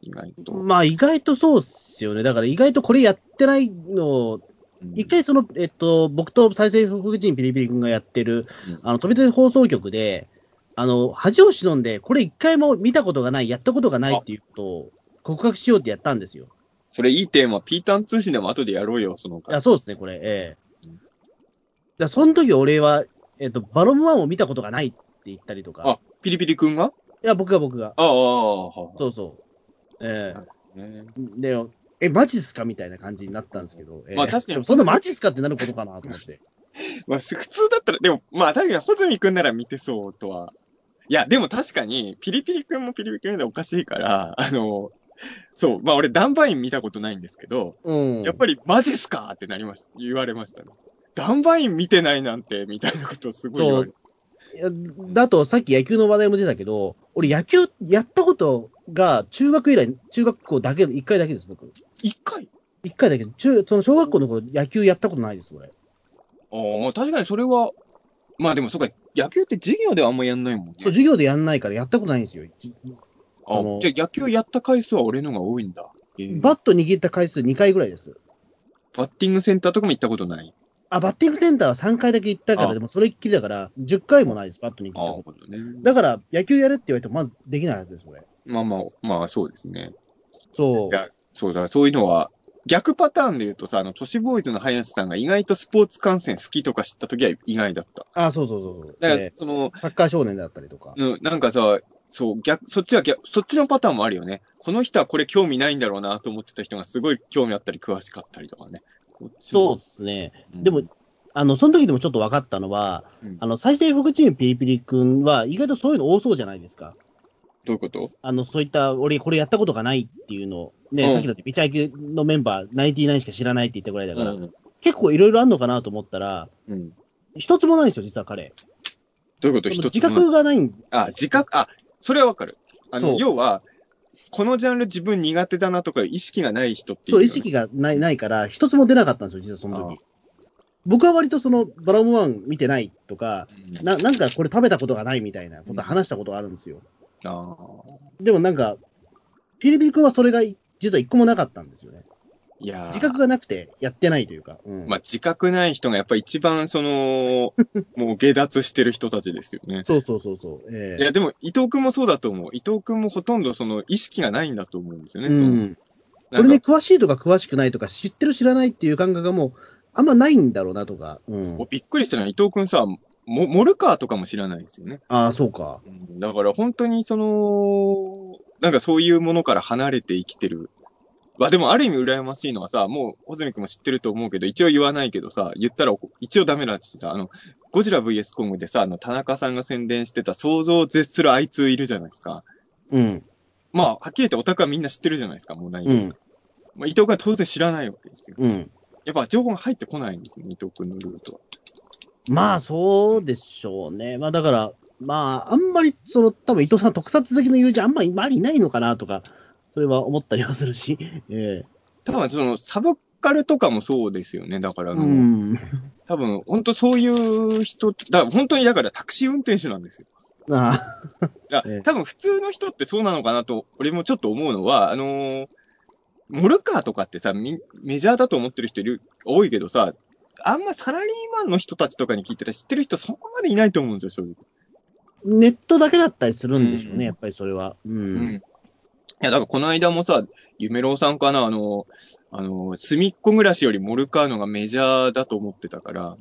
意外と。 まあ意外とそうっすよね。だから意外とこれやってないのを、 うん一回その、えっと、僕と再生福人ピリピリ君がやってる、 うんあの、飛び出放送局で、あの、恥を忍んで、これ一回も見たことがない、やったことがないっていうことを告白しようってやったんですよ。 それいいテーマ、ピータン通信でも後でやろうよ、そのいや、 回。 そうですね、これ。ええだからその時俺は、えっと、バロムワンを見たことがないって言ったりとか。 あ、ピリピリくんがいや、僕が僕が。 ああ、ああ、はいはい。 そうそう。ええねで、え、マジっすかみたいな感じになったんですけど。ええまあ確かにでもそんなマジっすかってなることかなと思って。 まあ、普通だったら、でも、まあ、確かに、穂積くんなら見てそうとは。いや、でも確かに、ピリピリくんもピリピリくんでおかしいから、あの、そう、まあ俺、ダンバイン見たことないんですけど、 うん。 やっぱり、マジっすかってなりました。言われましたね。ダンバイン見てないなんて、みたいなことをすごい言われる。 いやだと、さっき野球の話題も出たけど、俺野球やったことが中学以来、中学校だけ、一回だけです、僕。 一回一回だけ。中、その小学校の頃野球やったことないです、俺。 ああ、まあ確かにそれは、まあでもそうか、野球って授業ではあんまやんないもんね。 そう、授業でやんないからやったことないんですよ。じああのじゃあ野球やった回数は俺のが多いんだ。えーバット握った回数にかいぐらいです。 バッティングセンターとかも行ったことない。 あ、バッティングセンターはさんかいだけ行ったから、 あでもそれっきりだから、じゅっかいもないです、バット握ったああ、 こなるほどね。 と。だから、野球やれって言われても、まずできないはずです、俺。 まあまあ、まあそうですね。 そうい。や、そうだ、そういうのは、逆パターンで言うとさ、あの、都市ボーイズの林さんが意外とスポーツ観戦好きとか知ったときは意外だった。 あ、そうそうそうそう。 だから、 えその、 ーサッカー少年だったりとか。 うん、なんかさ、そう、逆、そっちは逆、そっちのパターンもあるよね。この人はこれ興味ないんだろうなと思ってた人がすごい興味あったり詳しかったりとかね。こっちもそうですね。 うんでも、あの、その時でもちょっと分かったのは、 うんあの、再生福チームピリピリ君は、意外とそういうの多そうじゃないですか。 どういうことあの、そういった、俺、これやったことがないっていうのを、ね、 うんさっきだって、ビチャーキのメンバー、ナインティナインしか知らないって言ったぐらいだから、 うん。 結構いろいろあんのかなと思ったら、 うん。 一つもないんですよ、実は彼。 どういうことその自一つもない覚がないんあ、自覚、あ、それはわかる。あの、 そう要は、このジャンル自分苦手だなとか意識がない人っていう、 そう、意識がないないから、一つも出なかったんですよ、実はそのあ時。僕は割とその、バラムワン見てないとか、 うんななんかこれ食べたことがないみたいなこと話したことがあるんですよ。 あでもなんか、ピリピリ君はそれが実は一個もなかったんですよね。 ーいやー自覚がなくてやってないというか。うんまあ、自覚ない人がやっぱり一番その、もう下脱してる人たちですよね。 そうそうそうそう。ええいや、でも伊藤君もそうだと思う。伊藤君もほとんどその意識がないんだと思うんですよね。そのうん。こなんかれね、詳しいとか詳しくないとか、知ってる知らないっていう感覚がもう、あんまないんだろうなとか。うんもう。びっくりしたのは伊藤君さ、モモルカーとかも知らないですよね。 ああ、そうか。 うんだから本当にその、なんかそういうものから離れて生きてる。まあでもある意味羨ましいのはさ、もう、穂積君も知ってると思うけど、一応言わないけどさ、言ったら一応ダメだしさ、あの、ゴジラ ブイエス コングでさ、あの、田中さんが宣伝してた想像を絶するあいついるじゃないですか。 うん。 まあ、はっきり言ってオタクはみんな知ってるじゃないですか、もう内容。 うん。 まあ、伊藤君は当然知らないわけですよ。 うん。 やっぱ情報が入ってこないんですよ、伊藤君のルートは。 まあ、そうでしょうね。まあ、だから、まあ、あんまり、その、多分伊藤さん特撮好きの友人あんまり周りいないのかなとか、それは思ったりはするし。ええ多分その、サブカルとかもそうですよね。だからあの、 うん。 多分、本当そういう人、だから本当にだからタクシー運転手なんですよ。 ああ。 だええ多分普通の人ってそうなのかなと、俺もちょっと思うのは、あのーモルカーとかってさ、みメジャーだと思ってる人いる多いけどさ、あんまサラリーマンの人たちとかに聞いたら知ってる人そこまでいないと思うんですよ、正直。 ネットだけだったりするんでしょうね、 うんやっぱりそれは。う。 うんん。いや、だからこの間もさ、夢郎さんかな、あの、あの、隅っこ暮らしよりモルカーのがメジャーだと思ってたから、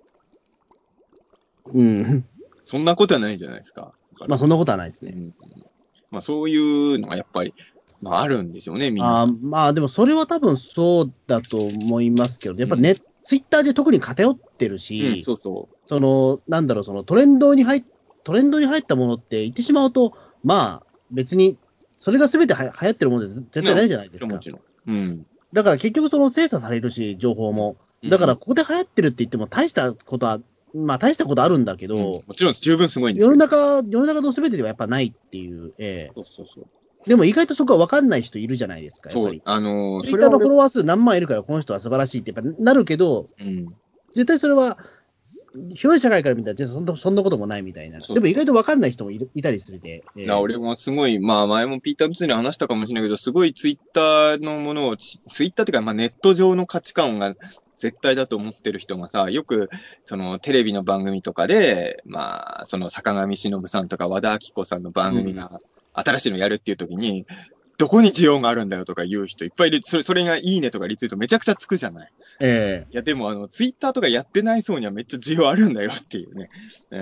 うん。 そんなことはないじゃないですか。だからまあ、そんなことはないですね。 うんまあ、そういうのがやっぱり、まあ、あるんでしょうね、みんな。 あーまあ、でもそれは多分そうだと思いますけど、やっぱネ、ツイッターで特に偏ってるし、 うん、そうそその、なんだろう、そのトレンドに入っ、トレンドに入ったものって言ってしまうと、まあ、別に、それが全ては流行ってるもので絶対ないじゃないですう。 かも。ちろん。うん。 だから結局その精査されるし、情報も。だからここで流行ってるって言っても大したことは、まあ大したことあるんだけど、 うんもちろん十分すごいんです世よ。 の中、世の中の全てではやっぱないっていう、えそうそうそう。 えでも意外とそこは分かんない人いるじゃないですか、やっそうぱり。、 あのー、 ツイッターのフォ俺ロワー数何万いるからこの人は素晴らしいってやっぱなるけど、 うん。 絶対それは、 広い社会から見たら、実はそんなそんなこともないみたいな。 そうでも意外と分かんない人もいるいたりするで。えーな俺もすごい、まあ前もピーター・ブスに話したかもしれないけど、すごいツイッターのものを、ツイッターっていうか、まあネット上の価値観が絶対だと思ってる人がさ、よく、そのテレビの番組とかで、まあ、その坂上忍さんとか和田アキ子さんの番組が新しいのやるっていう時に、どこに需要があるんだよとか言う人いっぱいいる。それ、それがいいねとかリツイートめちゃくちゃつくじゃない。 ええいや、でもあの、ツイッターとかやってない層にはめっちゃ需要あるんだよっていうね。うん。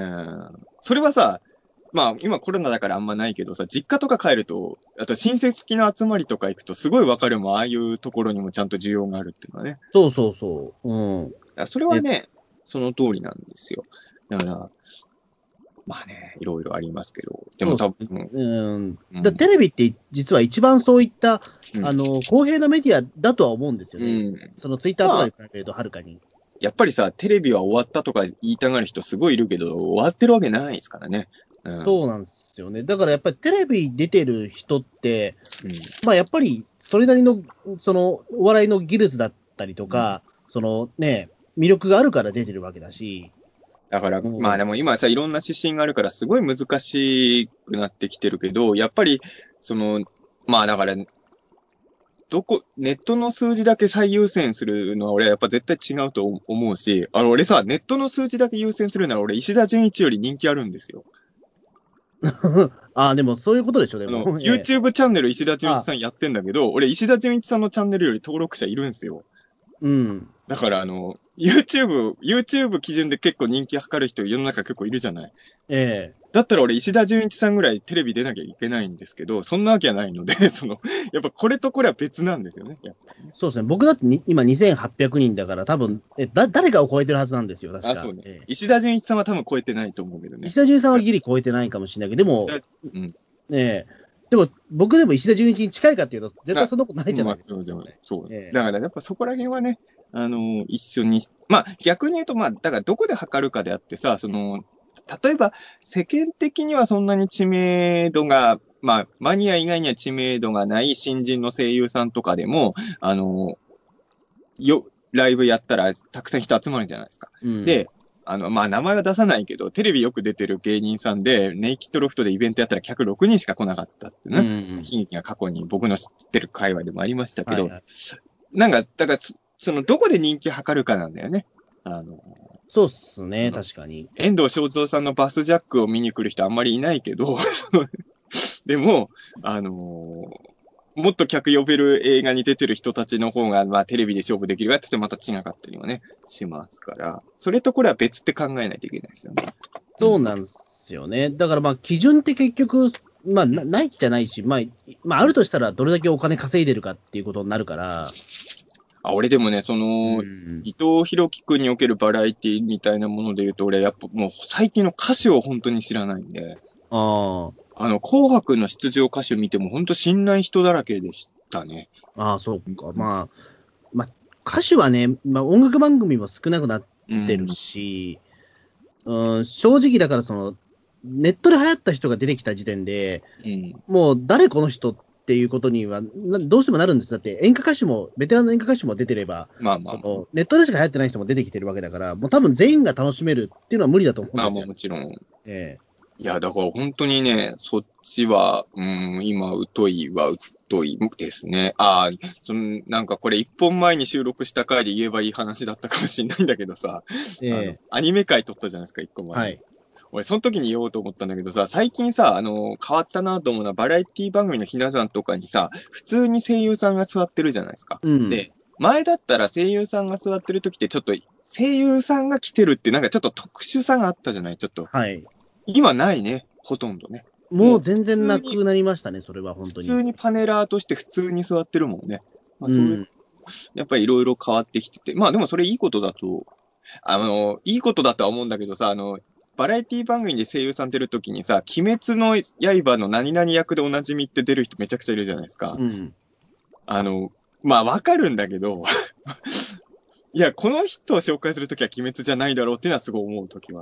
それはさ、まあ、今コロナだからあんまないけどさ、実家とか帰ると、あと親戚の集まりとか行くとすごいわかるもん、ああいうところにもちゃんと需要があるっていうのはね。 そうそうそう。うん。 いやそれはね、その通りなんですよ。だから、まあね、いろいろありますけど、でも多分、 うんうんだテレビって実は一番そういった、 うんあの公平なメディアだとは思うんですよね。 うん。 そのツイッターとかに比べるとはるかに。 やっぱりさ、テレビは終わったとか言いたがる人すごいいるけど、終わってるわけないですからね。うん。 そうなんですよね。だからやっぱりテレビ出てる人って、 うんまあやっぱりそれなりのそのお笑いの技術だったりとか、そのね、魅力があるから出てるわけだし。 だから、 うんまあでも今さ、いろんな指針があるからすごい難しくなってきてるけど、やっぱり、その、まあだから、どこ、ネットの数字だけ最優先するのは俺はやっぱ絶対違うと思うし、あの俺さ、ネットの数字だけ優先するなら俺石田純一より人気あるんですよ。 ああ、でもそういうことでしょ、であの、 も。ええ YouTube チャンネル石田純一さんやってんだけど、俺石田純一さんのチャンネルより登録者いるんですよ。 うん。 だからあの、YouTube、YouTube 基準で結構人気測る人世の中結構いるじゃない。 ええだったら俺石田純一さんぐらいテレビ出なきゃいけないんですけど、そんなわけはないので、その、やっぱこれとこれは別なんですよね。やっぱりねそうですね。僕だってに今にせんはっぴゃくにんだから、多分えだ誰かを超えてるはずなんですよ、確か。 あ、そうね。 ええ石田純一さんは多分超えてないと思うけどね。 石田純一さんはギリ超えてないかもしれないけど、でも、 石田うん。 ねえ、でも僕でも石田純一に近いかっていうと、絶対そんなことないじゃないですか。 まあそうじゃないそう。 ええだからやっぱそこら辺はね、あのー一緒に、まあ逆に言うと、まあ、だからどこで測るかであってさ、その、例えば世間的にはそんなに知名度が、まあ、マニア以外には知名度がない新人の声優さんとかでも、あのーよ、ライブやったらたくさん人集まるじゃないですか。 うん、 で、あの、まあ、名前は出さないけど、テレビよく出てる芸人さんで、ネイキッドロフトでイベントやったら客ろくにんしか来なかったってね、 うん悲劇が過去に僕の知ってる界隈でもありましたけど、 はいはいなんか、だからそ、その、どこで人気測るかなんだよね。あの、 そうっすね、 うん確かに。 遠藤正造さんのバスジャックを見に来る人あんまりいないけど、そのでも、あのーもっと客呼べる映画に出てる人たちの方が、まあ、テレビで勝負できるやつってまた違かったりはね、しますから、それとこれは別って考えないといけないですよね。 そうなんですよね。だからまあ、基準って結局、まあ、なないじゃないし、まあ、いまあ、あるとしたらどれだけお金稼いでるかっていうことになるから、 あ、俺でもね、その、 うん伊藤博樹君におけるバラエティみたいなもので言うと、俺やっぱもう最近の歌手を本当に知らないんで、 ああの、紅白の出場歌手見ても本当知んない人だらけでしたね。 あ、ああ、そうか。まあ、まあ、歌手はね、まあ、音楽番組も少なくなってるし、うん、正直だからその、ネットで流行った人が出てきた時点で、 うん。うん。 もう誰この人っていうことにはなどうしてもなるんです。だって演歌歌手も、ベテランの演歌歌手も出てれば、 まあまあそ、のネットでしか流行ってない人も出てきてるわけだから、もう多分全員が楽しめるっていうのは無理だと思うんまあですよ。 まあもちろん。 えいや、だから本当にね、そっちは、うん、今、疎いは疎いですね。ああ、その、なんかこれ一本前に収録した回で言えばいい話だったかもしれないんだけどさ、 えあの、アニメ界撮ったじゃないですか、一個前。 はい。 俺、その時に言おうと思ったんだけどさ、最近さ、あの、変わったなと思うのは、バラエティ番組のひな壇とかにさ、普通に声優さんが座ってるじゃないですか。 うん。 で、前だったら声優さんが座ってる時って、ちょっと、声優さんが来てるって、なんかちょっと特殊さがあったじゃないちょっと。 はい。 今ないね、ほとんどね。 もう全然なくなりましたね、それは本当に。 普通にパネラーとして普通に座ってるもんね。まあ、 う。 そういうんやっぱりいろいろ変わってきてて、まあでもそれいいことだと、あの、いいことだとは思うんだけどさ、あの、バラエティ番組で声優さん出るときにさ、鬼滅の刃の何々役でおなじみって出る人めちゃくちゃいるじゃないですか。 うん。 あの、まあわかるんだけど、いや、この人を紹介するときは鬼滅じゃないだろうっていうのはすごい思うときは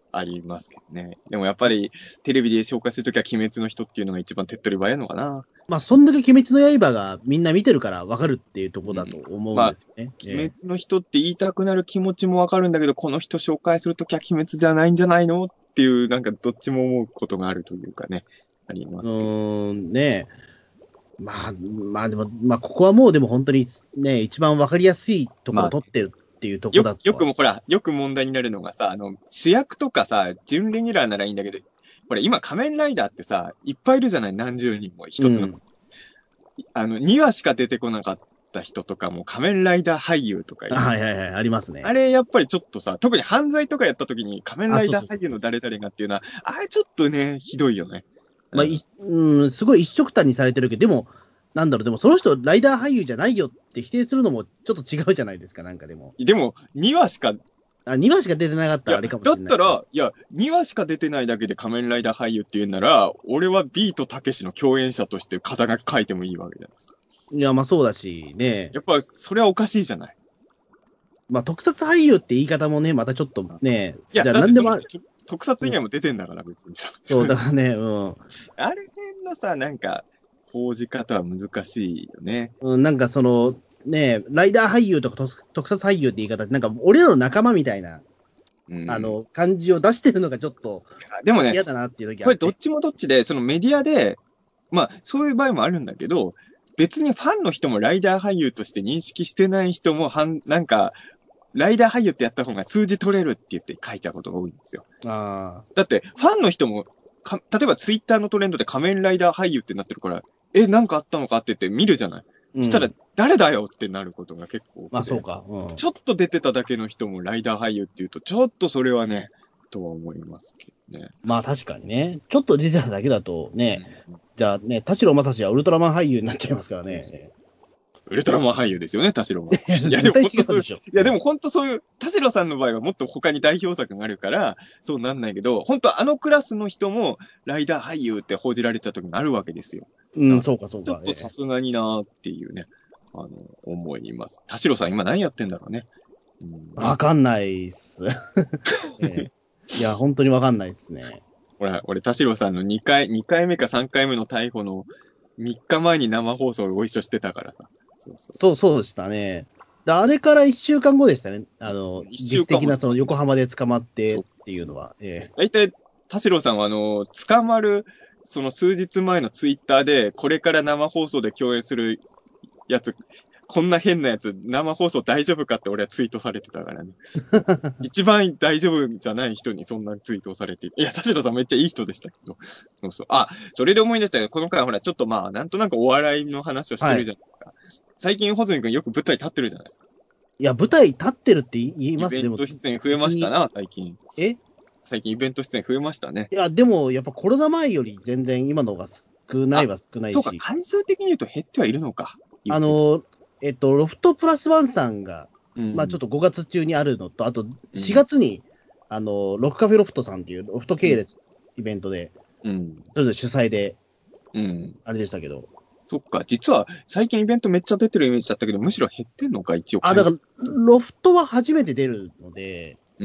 ありますけどね。でもやっぱり、テレビで紹介するときは鬼滅の人っていうのが一番手っ取り早いのかな。 まあ、そんだけ鬼滅の刃がみんな見てるから分かるっていうところだと思うんまあですよね。 鬼滅の人って言いたくなる気持ちもわかるんだけど、この人紹介するときは鬼滅じゃないんじゃないのっていう、なんかどっちも思うことがあるというかね、ありまうすけど。 ーん、ねまあ、まあでも、まあ、ここはもうでも本当にね、一番分かりやすいところを取ってるっていうところだと、 よく、よくもほら、よく問題になるのがさ、あの、主役とかさ、準レギュラーならいいんだけど、ほら、今仮面ライダーってさ、いっぱいいるじゃない、何十人も一つの。 うん、 あの、にわしか出てこなかった人とかも仮面ライダー俳優とかいる。 はいはいはい、ありますね。 あれ、やっぱりちょっとさ、特に犯罪とかやった時に仮面ライダー俳優の誰々がっていうのは、あれちょっとね、ひどいよね。 まあ、いうん、すごい一色単にされてるけど、でも、なんだろう、でもその人、ライダー俳優じゃないよって否定するのもちょっと違うじゃないですか、なんかでも。 でも、にわしか、 あにわしか出てなかったいや、 らあれかもしだれない。 ったら、いや、にわしか出てないだけで仮面ライダー俳優って言うんなら、俺はビートたけしの共演者として肩書き書いてもいいわけじゃないですか。 いや、まあそうだし、ね。 やっぱ、それはおかしいじゃない。 まあ特撮俳優って言い方もね、またちょっとね、 いや、 じゃあだってその何でもある。 特撮以外も出てんだから、別にさ。 そう、だからね、うん。 あれ辺のさ、なんか、報じ方は難しいよね。 うん、なんかその、ね、ライダー俳優とか特特撮俳優って言い方って、なんか俺らの仲間みたいな、 うん、 あの、感じを出してるのがちょっとでもね、 嫌だなっていう時あって。 これどっちもどっちで、そのメディアで、まあ、そういう場合もあるんだけど、別にファンの人もライダー俳優として認識してない人も、はんなんか、ライダー俳優ってやった方が数字取れるって言って書いちゃうことが多いんですよ。 あだって、ファンの人もか、例えばツイッターのトレンドで仮面ライダー俳優ってなってるから、え、なんかあったのかって言って見るじゃない。 うん、 そしたら、誰だよってなることが結構多くて。 まあそうか。うん、 ちょっと出てただけの人もライダー俳優って言うと、ちょっとそれはね、とは思いますけどね。 まあ確かにね。ちょっと出てただけだとね、 うん、 じゃあね、田代正史はウルトラマン俳優になっちゃいますからね。 ウルトラマン俳優ですよね、田代は。 いや、でも本当そういう、 いいや、でも本当そういう、田代さんの場合はもっと他に代表作があるから、そうなんないけど、本当あのクラスの人も、ライダー俳優って報じられちゃう時もあるわけですよ。 うん、そうかそうか。 ちょっとさすがになーっていうね、あの、思います。田代さん今何やってんだろうね。 わ、うん、かんないっす。えー、いや、本当にわかんないっすね。 俺、俺、田代さんのにかい、にかいめかさんかいめの逮捕のみっかまえに生放送をご一緒してたからさ。 そうそうそうそうでしたね。あれからいっしゅうかんごでしたね。あの、実的なその横浜で捕まってっていうのは。え大体、田代さんは、あの、捕まる、その数日前のツイッターで、これから生放送で共演するやつ、こんな変なやつ、生放送大丈夫かって俺はツイートされてたからね。一番大丈夫じゃない人にそんなツイートをされていて。いや、田代さんめっちゃいい人でしたけど。そうそう。あ、それで思い出したけど、この回ほら、ちょっとまあ、なんとなくお笑いの話をしてるじゃないですか。はい、最近、穂積君よく舞台立ってるじゃないですか。 いや、舞台立ってるって言いますね。 イベント出演増えましたな、最近。 え最近イベント出演増えましたね。 いや、でも、やっぱコロナ前より全然今の方が少ないは少ないし。 そうか、回数的に言うと減ってはいるのか。 あの、えっと、ロフトプラスワンさんが、 うん、 まあちょっとごがつ中にあるのと、あとしがつに、うん、あの、ロックカフェロフトさんっていうロフト系列イベントで、うん、それぞれ主催で、うん、あれでしたけど。 そっか、実は最近イベントめっちゃ出てるイメージだったけど、むしろ減ってんのか、一応。 あ、だから、ロフトは初めて出るので。 うん。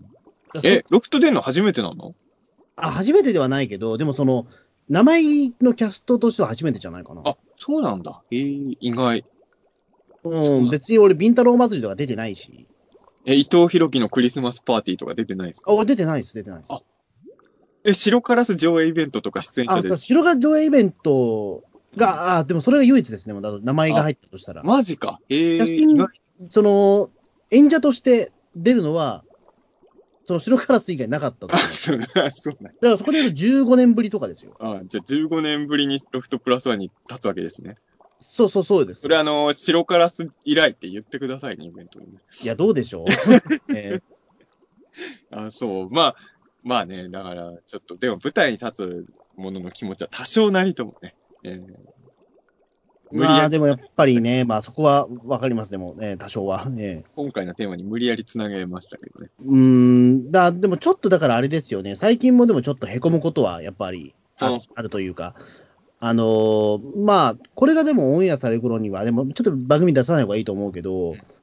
え、ロフト出るの初めてなの？ あ、初めてではないけど、でもその、名前入りのキャストとしては初めてじゃないかな。 あ、そうなんだ。えー、意外。 うん、別に俺、ビンタロウ祭りとか出てないし。 え、伊藤博樹のクリスマスパーティーとか出てないですか？ あ、出てないです、出てないです。 あ、え、白カラス上映イベントとか出演者で。 あ、白カラス上映イベントが、あ、でもそれが唯一ですね、名前が入ったとしたら。 マジか。えー、 キャスティング、その、演者として出るのは、その白カラス以外なかったと。 あ、そうなんだ。そうなんだ。 だからそこで言うとじゅうごねんぶりとかですよ。 あ、じゃあじゅうごねんぶりにロフトプラスワンに立つわけですね。 そうそうそうです。 それあの、白カラス以来って言ってくださいね、イベントに。 いや、どうでしょう。えー、あ、そう。まあ、まあね、だから、ちょっと、でも舞台に立つものの気持ちは多少なりともね。えー、 まあ、でもやっぱりね、まあそこはわかります、でもね、多少は。えー、 今回のテーマに無理やりつなげましたけどね。 うーん、だでもちょっとだからあれですよね、最近もでもちょっとへこむことはやっぱり あ,、うん、あるというか、あのー、まあ、これがでもオンエアされる頃には、でもちょっと番組出さない方がいいと思うけど、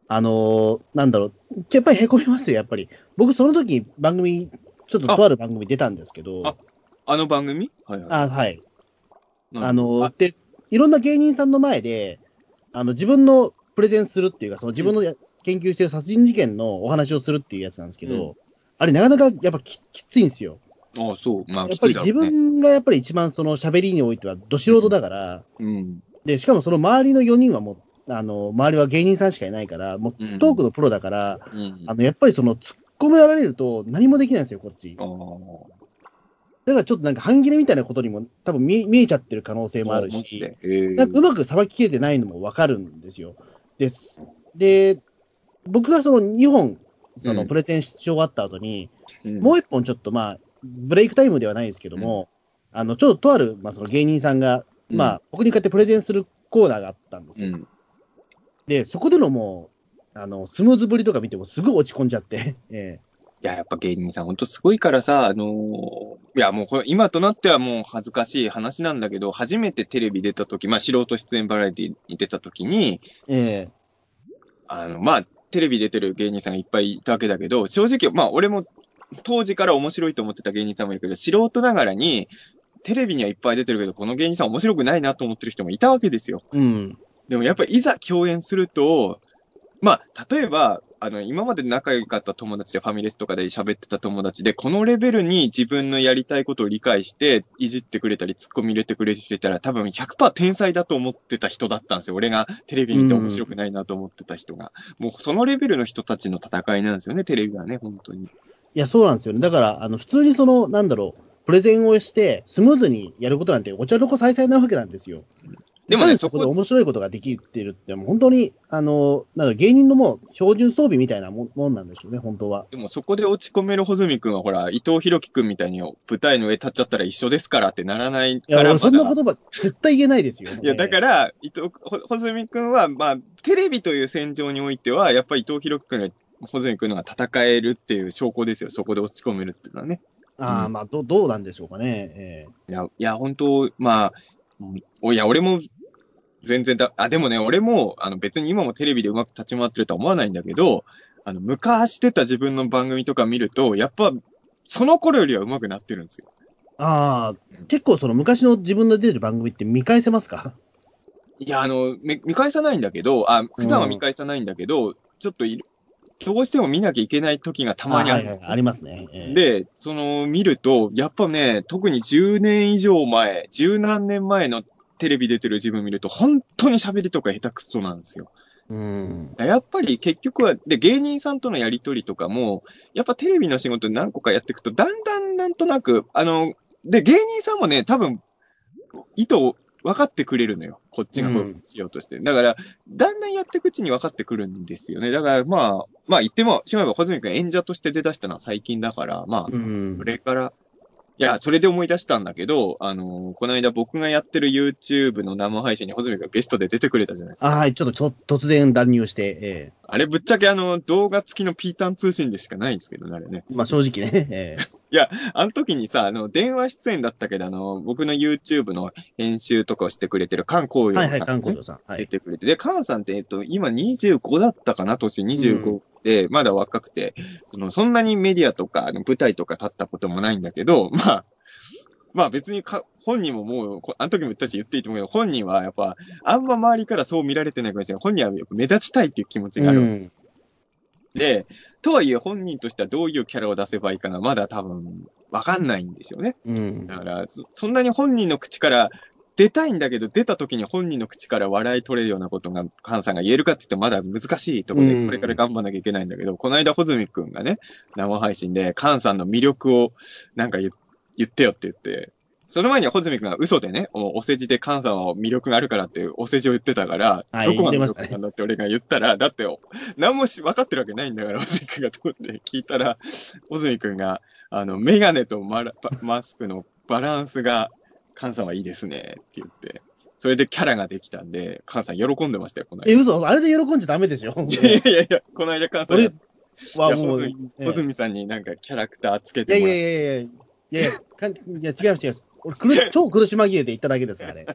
あのーなんだろう、やっぱりへこみますよ、やっぱり。僕、その時番組、ちょっととある番組出たんですけど、 あ、あの番組はいはい。 あ、はい。あなるほど。あ、 のーで、いろんな芸人さんの前で、あの、自分のプレゼンするっていうか、その自分のや研究してる殺人事件のお話をするっていうやつなんですけど、 うんあれ、なかなかやっぱききついんですよ。 あそう。まあ、きやっぱり自ついだろうね。 分がやっぱり一番その喋りにおいては、ど素人だから、 うん。 で、しかもその周りのよにんはもう、あの、周りは芸人さんしかいないから、もうん。 うトークのプロだから、 うん。 あの、やっぱりその突っ込められると何もできないんですよ、こっち。 ああ。 だからちょっとなんか半切れみたいなことにも多分見え見えちゃってる可能性もあるし、 マジで。へえ。 なんかうまくさばききれてないのもわかるんですよ。です。で、僕がそのにほん、そのプレゼンし終わった後に、 うんもういっぽんちょっとまあ、ブレイクタイムではないですけども、あの、ちょっととある、まあ、その芸人さんが、 うんまあ、僕に向かってプレゼンするコーナーがあったんですよ。 うん。 で、そこでのもう、あの、スムーズぶりとか見てもすごい落ち込んじゃって、えいや、やっぱ芸人さん、ほんとすごいからさ、あのーいや、もうこれ、今となってはもう恥ずかしい話なんだけど、初めてテレビ出た時、まあ、素人出演バラエティに出た時に、 ええあの、まあ、テレビ出てる芸人さんがいっぱいいたわけだけど、正直、まあ、俺も当時から面白いと思ってた芸人さんもいるけど、素人ながらに、テレビにはいっぱい出てるけど、この芸人さん面白くないなと思ってる人もいたわけですよ。 うん。 でもやっぱりいざ共演すると、まあ、例えば、あの、今まで仲良かった友達でファミレスとかで喋ってた友達で、このレベルに自分のやりたいことを理解して、いじってくれたり、突っ込み入れてくれてたら、多分ひゃくパーセント天才だと思ってた人だったんですよ。俺がテレビ見て面白くないなと思ってた人が。もうそのレベルの人たちの戦いなんですよね、テレビはね、本当に。 いや、そうなんですよね。だから、あの、普通にその、なんだろう、プレゼンをして、スムーズにやることなんて、お茶の子さいさいなわけなんですよ。 でもね、 いかにそこでそこ、 面白いことができてるって、もう本当に、あの、なんだろう芸人のもう標準装備みたいなもんもんなんでしょうね、本当は。 でもそこで落ち込める穂積君は、ほら、伊藤博樹君みたいに舞台の上立っちゃったら一緒ですからってならないいや、 から、 俺、そんなまだ。 言葉、絶対言えないですよ。 いや、だからら、伊藤、ほ穂積君は、まあ、テレビという戦場においては、やっぱり伊藤博樹君より穂積君の方が戦えるっていう証拠ですよ。そこで落ち込めるっていうのはね。 ああ、まあど、どうなんでしょうかね。えいや、いや、本当まあ、おいや、俺も全然だ、あ、でもね、俺も、あの、別に今もテレビでうまく立ち回ってるとは思わないんだけど、あの、昔出た自分の番組とか見ると、やっぱ、その頃よりはうまくなってるんですよ。 ーああ、結構その昔の自分の出てる番組って見返せますか？ いや、あの、見見返さないんだけど、あ、普段は見返さないんだけど、ちょっといる、どうしても見なきゃいけない時がたまにある。 あはいはい、ありますね。ええで、その、見ると、やっぱね、特にじゅうねん以上前、十何年前のテレビ出てる自分見ると、本当に喋りとか下手くそなんですよ。 うん。 やっぱり結局は、で、芸人さんとのやりとりとかも、やっぱテレビの仕事何個かやっていくと、だんだんなんとなく、あの、で、芸人さんもね、多分、意図を分かってくれるのよ。こっちがそうしようとして。だから、だんだんやっていくうちに分かってくるんですよね。だから、まあ、まあ言っても、しまえば、小泉君演者として出だしたのは最近だから、まあ、 うんそ。れから、いや、それで思い出したんだけど、あのーこの間僕がやってる YouTube の生配信に、穂積がゲストで出てくれたじゃないですか。 あはい、ちょっとと突然乱入して、えあれ、ぶっちゃけあの、動画付きのピータン通信でしかないんですけどね、あれね。 えまあ正直ね。ええいや、あの時にさ、あの、電話出演だったけど、あの、僕の YouTube の編集とかをしてくれてる菅光陽さん、ね。 はいはい、韓国さん。はい。 出てくれて。で、菅さんって、えっと、今にじゅうごだったかな、年にじゅうごで、まだ若くて、その、そんなにメディアとか、あの舞台とか立ったこともないんだけど、まあ、まあ別にか、本人ももう、こあの時も言ったし言っていいと思うけど、本人はやっぱ、あんま周りからそう見られてないかもしれない。本人はやっぱ目立ちたいっていう気持ちがあるわけうん。 で、とはいえ本人としてはどういうキャラを出せばいいかな、まだ多分、わかんないんですよね。 うんだ。からそ、そんなに本人の口から出たいんだけど、出た時に本人の口から笑い取れるようなことが、菅さんが言えるかって言ってまだ難しいところで、 うんこれから頑張んなきゃいけないんだけど、この間、穂積くんがね、生配信で、菅さんの魅力をなんか言言ってよって言って、その前には穂積くんが嘘でね、おお世辞で菅さんは魅力があるからってお世辞を言ってたから、 はいどこが魅言ってましたね力なんだって俺が言ったら、だって、何もし分かってるわけないんだから、穂積くんがと思って聞いたら、穂積くんが、あの、メガネとマラマスクのバランスが、菅さんはいいですねって言って、それでキャラができたんで、菅さん喜んでましたよ、このえ、 間。 嘘あれで喜んじゃダメですよ。 いやいやいや、この間菅さんや、 俺はいや、 もう、 穂積ええ穂積さんになんかキャラクターつけいやいやてもらって。 いやいやいやいや、かんいや違います違います。俺苦し、超苦し紛れて言っただけです、あれ。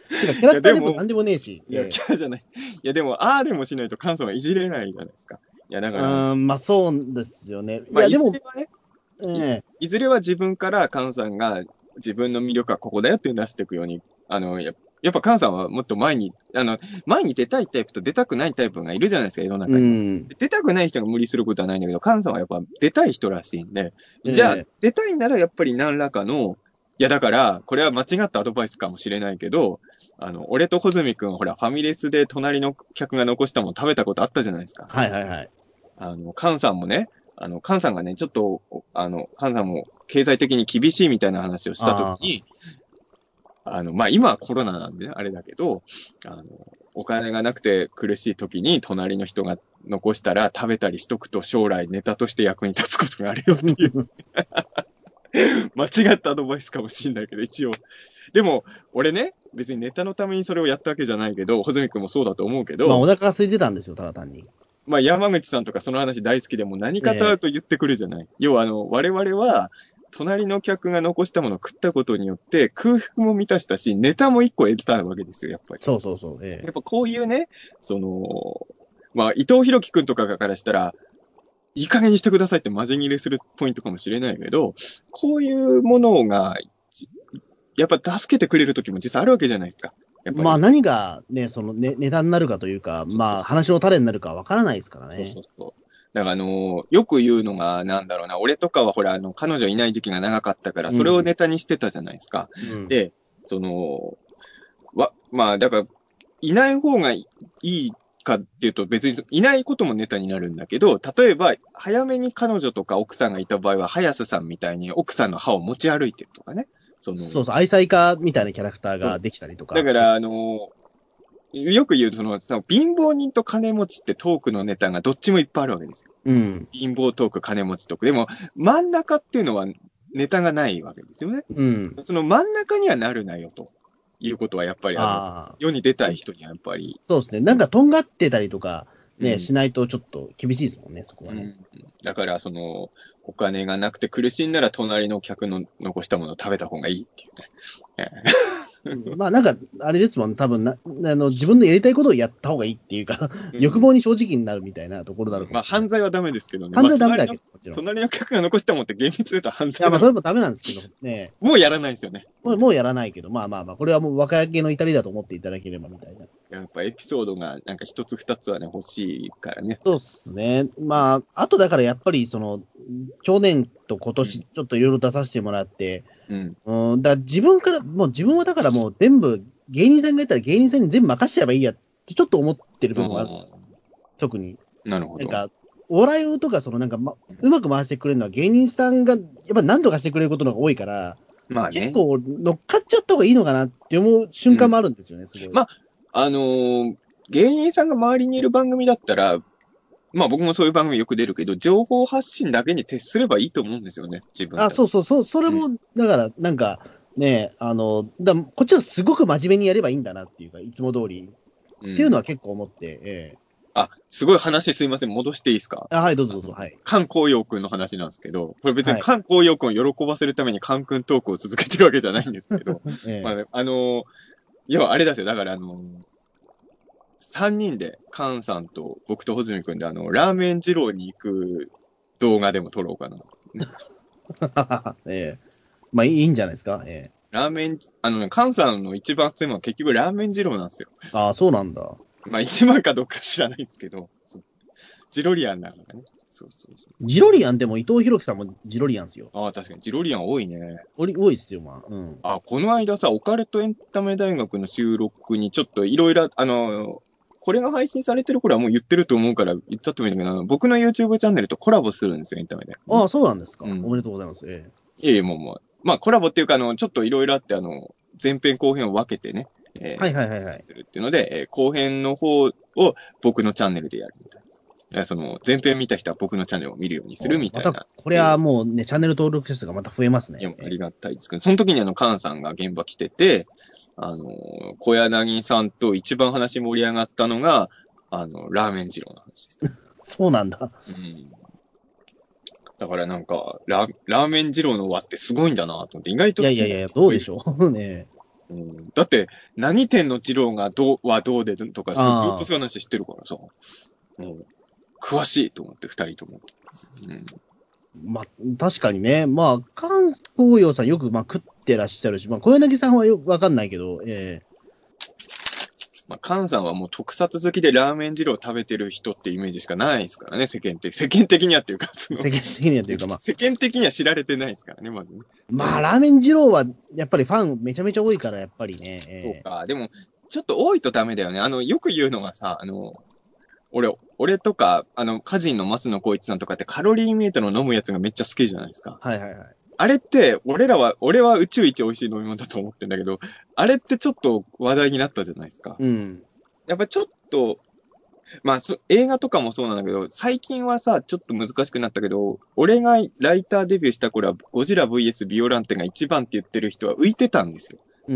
てか、キャラクターでいやでももなんでもねえし。 いや、 えキャラじゃない。いや、でも、ああでもしないと菅さんはいじれないじゃないですか。いや、だえうから、 ーん、まあそうですよね。いまあ、 や、 いでも、 ずれはね、い、 ええいずれは自分から菅さんが自分の魅力はここだよって出していくように、あの、ややっぱ菅さんはもっと前に、あの、前に出たいタイプと出たくないタイプがいるじゃないですか、世のう中には。 ん。 出たくない人が無理することはないんだけど、菅さんはやっぱ出たい人らしいんで、じゃあ、 ええ出たいならやっぱり何らかの、いやだから、これは間違ったアドバイスかもしれないけど、あの、俺と穂積君はほら、ファミレスで隣の客が残したもの食べたことあったじゃないですか。 はいはいはい。 あの、菅さんもね、あの、菅さんがね、ちょっと、あの、菅さんも経済的に厳しいみたいな話をしたとああ、 きに、あの、まあ、今はコロナなんでね、あれだけど、あの、お金がなくて苦しい時に隣の人が残したら食べたりしとくと将来ネタとして役に立つことがあるよっていう、間違ったアドバイスかもしれないけど、一応。でも、俺ね、別にネタのためにそれをやったわけじゃないけど、穂積君もそうだと思うけまあおど、 腹が空いてたんですよ、ただ単に。 まあ、山口さんとかその話大好きでも何かえと言ってくるじゃない。要は、あの、我々は、隣の客が残したものを食ったことによって空腹も満たしたし、ネタも一個得たわけですよ、やっぱり。 そうそうそう。ええやっぱこういうね、その、まあ、伊藤博樹くんとかからしたら、いい加減にしてくださいってマジ切れするポイントかもしれないけど、こういうものが、じやっぱ助けてくれるときも実際あるわけじゃないですか。やっぱり。 まあ何がね、そのね、ネタになるかというか、 そうそうそうまあ話の種になるかわからないですからそうね。 そうそう。だから、あのーよく言うのが、なんだろうな、俺とかはほら、あの、彼女いない時期が長かったから、それをネタにしてたじゃないですか。 うん。 で、その、わ、まあ、だから、いない方がいいかっていうと、別にいないこともネタになるんだけど、例えば、早めに彼女とか奥さんがいた場合は、早瀬さんみたいに奥さんの歯を持ち歩いてるとかね。その、 そうそう、愛妻家みたいなキャラクターそう。 ができたりとか。 だから、あのーよく言う、その、その貧乏人と金持ちってトークのネタがどっちもいっぱいあるわけですよ。 うん。 貧乏トーク、金持ちトーク。でも、真ん中っていうのはネタがないわけですよね。 うん。 その真ん中にはなるなよということは、やっぱりあの、 ああ。 世に出たい人にはやっぱり、 そうですね。なんかとんがってたりとか、ね、 うん、 しないとちょっと厳しいですもんね、そこはね。 うん。だから、その、お金がなくて苦しいなら、隣の客の残したものを食べた方がいいっていうね。 うんまあなんか、あれですもん、多分なあの自分のやりたいことをやった方がいいっていうか、 うん欲望に正直になるみたいなところだろうかまあ、 もしれない。 犯罪はダメですけどね。 犯罪はダメだまあ、 けど、もちろん。い隣の隣の客が残したもんって厳密に言うと犯罪や、まあだそれもダメなんですけど、ね、 もうやらないんですよね。 もうもうやらないけど、まあまあまあ、これはもう若気の至りだと思っていただければみたいな。 やっぱエピソードがなんか一つ二つはね、欲しいからね。 そうっすね。まあ、あとだからやっぱり、その、去年と今年ちょっといろいろ出させてもらって、 うん。 うん、だから自分から、もう自分はだからもう全部、芸人さんがいたら芸人さんに全部任せちゃえばいいやってちょっと思ってる部分もある。特に。 なるほど。 なんか、お笑いとか、そのなんか、ま、うまく回してくれるのは芸人さんが、やっぱ何とかしてくれることの方が多いから、 まあね。 結構乗っかっちゃった方がいいのかなって思う瞬間もあるんですよね、すごい。 まあ、あのー芸人さんが周りにいる番組だったら、まあ僕もそういう番組よく出るけど、情報発信だけに徹すればいいと思うんですよね、自分あ、 たち。 そうそう、そう、それも、だから、なんか、ね、あの、だこっちはすごく真面目にやればいいんだなっていうか、いつも通り。 うんっていうのは結構思って、ええあ、すごい話すいません、戻していいですか？ あ、はい、どうぞどうぞ、はい。 菅光陽君の話なんですけど、これ別にはい菅光陽君を喜ばせるために菅君トークを続けてるわけじゃないんですけど、 ええまあね、あのー要はあれですよ、だからあのー、さんにんで、菅さんと僕と穂積君であの、ラーメン二郎に行く動画でも撮ろうかな。 ええまあいい、いいんじゃないですか、ええラーメン、あのね、菅さんの一番熱いのは結局ラーメン二郎なんですよ。 ああ、そうなんだ。 まあ一番かどうか知らないですけど、そうジロリアンだからね。そうそうそう。 ジロリアンでも伊藤博樹さんもジロリアンですよ。 ああ、確かにジロリアン多いね。 おり多いっすよ、まあ。うん。 あ、この間さ、オカルトエンタメ大学の収録にちょっといろいろ、あの、これが配信されてる頃はもう言ってると思うから言っちゃってもいいんだけど、あの僕の YouTube チャンネルとコラボするんですよ、エンタメで。 ああ、そうなんですか。 うんおめでとうございます。えいえいえ、もうもう。まあコラボっていうか、あの、ちょっといろいろあって、あの、前編後編を分けてね、えーえはいはいはいはい。 するっていうので、えー後編の方を僕のチャンネルでやるみたいな。だからその前編見た人は僕のチャンネルを見るようにするみたいな。 また、これはもうね、チャンネル登録者数がまた増えますね。 いや、ありがたいですけど、その時にあの、カンさんが現場来てて、あの、小柳さんと一番話盛り上がったのが、あの、ラーメン二郎の話でした。 そうなんだ。 うん。だからなんか、ララーメン二郎の輪ってすごいんだなと思って、意外と好きいやいやいや、どうでしょう。ねうん、だって、何店の二郎がどうはどうでとか、ずあーっとそういう話してるからさ、うん、詳しいと思って、二人とも。うん、 まあ、確かにね。まあ、関光陽さんよく、まあ、食ってらっしゃるし、まあ、小柳さんはよくわかんないけど、えまあ、菅さんはもう特撮好きでラーメン二郎食べてる人ってイメージしかないですからね、世間的。世間的にはっていうか、そーの、 世間的にはというか、まあ、 世間的には知られてないですからね、まずね。 まあ、ラーメン二郎は、やっぱりファンめちゃめちゃ多いから、やっぱりね。えそうか。でも、ちょっと多いとダメだよね。あの、よく言うのがさ、あの、俺、俺とか、あの、歌人の増野光一さんとかってカロリーメイトの飲むやつがめっちゃ好きじゃないですか。 ーはいはいはい。 あれって、俺らは、俺は宇宙一美味しい飲み物だと思ってんだけど、あれってちょっと話題になったじゃないですか。 うん。 やっぱちょっと、まあそ、映画とかもそうなんだけど、最近はさ、ちょっと難しくなったけど、俺がライターデビューした頃は、ゴジラ ブイエス ビオランテが一番って言ってる人は浮いてたんですよ。 うん。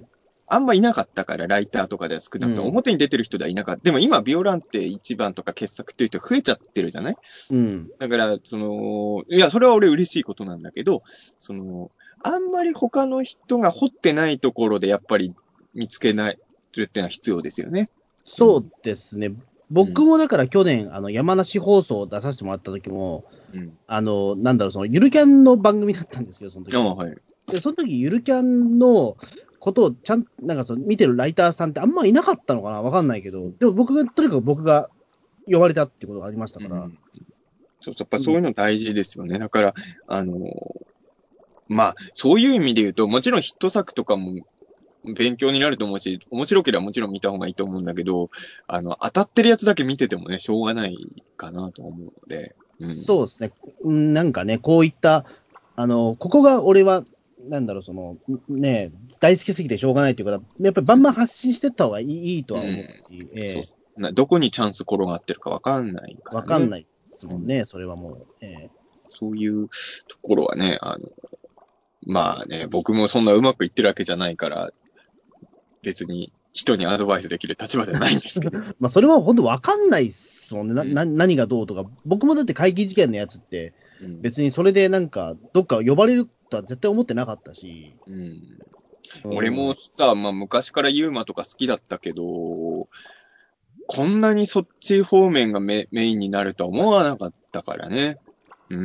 あんまいなかったから、ライターとかでは少なくとも、 うん表に出てる人ではいなかった。でも今、ビオランテ一番とか傑作っていう人増えちゃってるじゃない。 うん。 だから、その、いや、それは俺嬉しいことなんだけど、その、あんまり他の人が掘ってないところでやっぱり見つけないっていうのは必要ですよね。 そうですね。僕もだから去年、あの、山梨放送出させてもらった時も、 うん。 あの、なんだろう、その、ゆるキャンの番組だったんですけど、その時。 ああ、はい。 で、その時、ゆるキャンのことをちゃん、なんかその、見てるライターさんってあんまいなかったのかなわかんないけど、でも僕が、とにかく僕が呼ばれたっていうことがありましたから。 うん、そうそう、やっぱそういうの大事ですよね。だから、あのまあ、そういう意味で言うと、もちろんヒット作とかも勉強になると思うし、面白ければもちろん見た方がいいと思うんだけど、あの、当たってるやつだけ見ててもね、しょうがないかなと思うので。うん、 そうですね。うんなんかね、こういった、あの、ここが俺は、なんだろう、その、ね、大好きすぎてしょうがないっていうことは、やっぱりバンバン発信していった方がいいいいとは思うし、えそうなどこにチャンス転がってるかわかんないー、 からね。 わかんないですもんね、それはもう。えそういうところはね、あの、まあね、僕もそんなうまくいってるわけじゃないから、別に人にアドバイスできる立場ではないんですけど。 ーまあ、それは本当わかんないですもんね、なうんな何がどうとか。僕もだって怪奇事件のやつって、 うん別にそれでなんか、どっか呼ばれるとは絶対思ってなかったし。 うんうん俺もさ、まあ昔からユーマとか好きだったけど、こんなにそっち方面がメメインになるとは思わなかったからね。うん。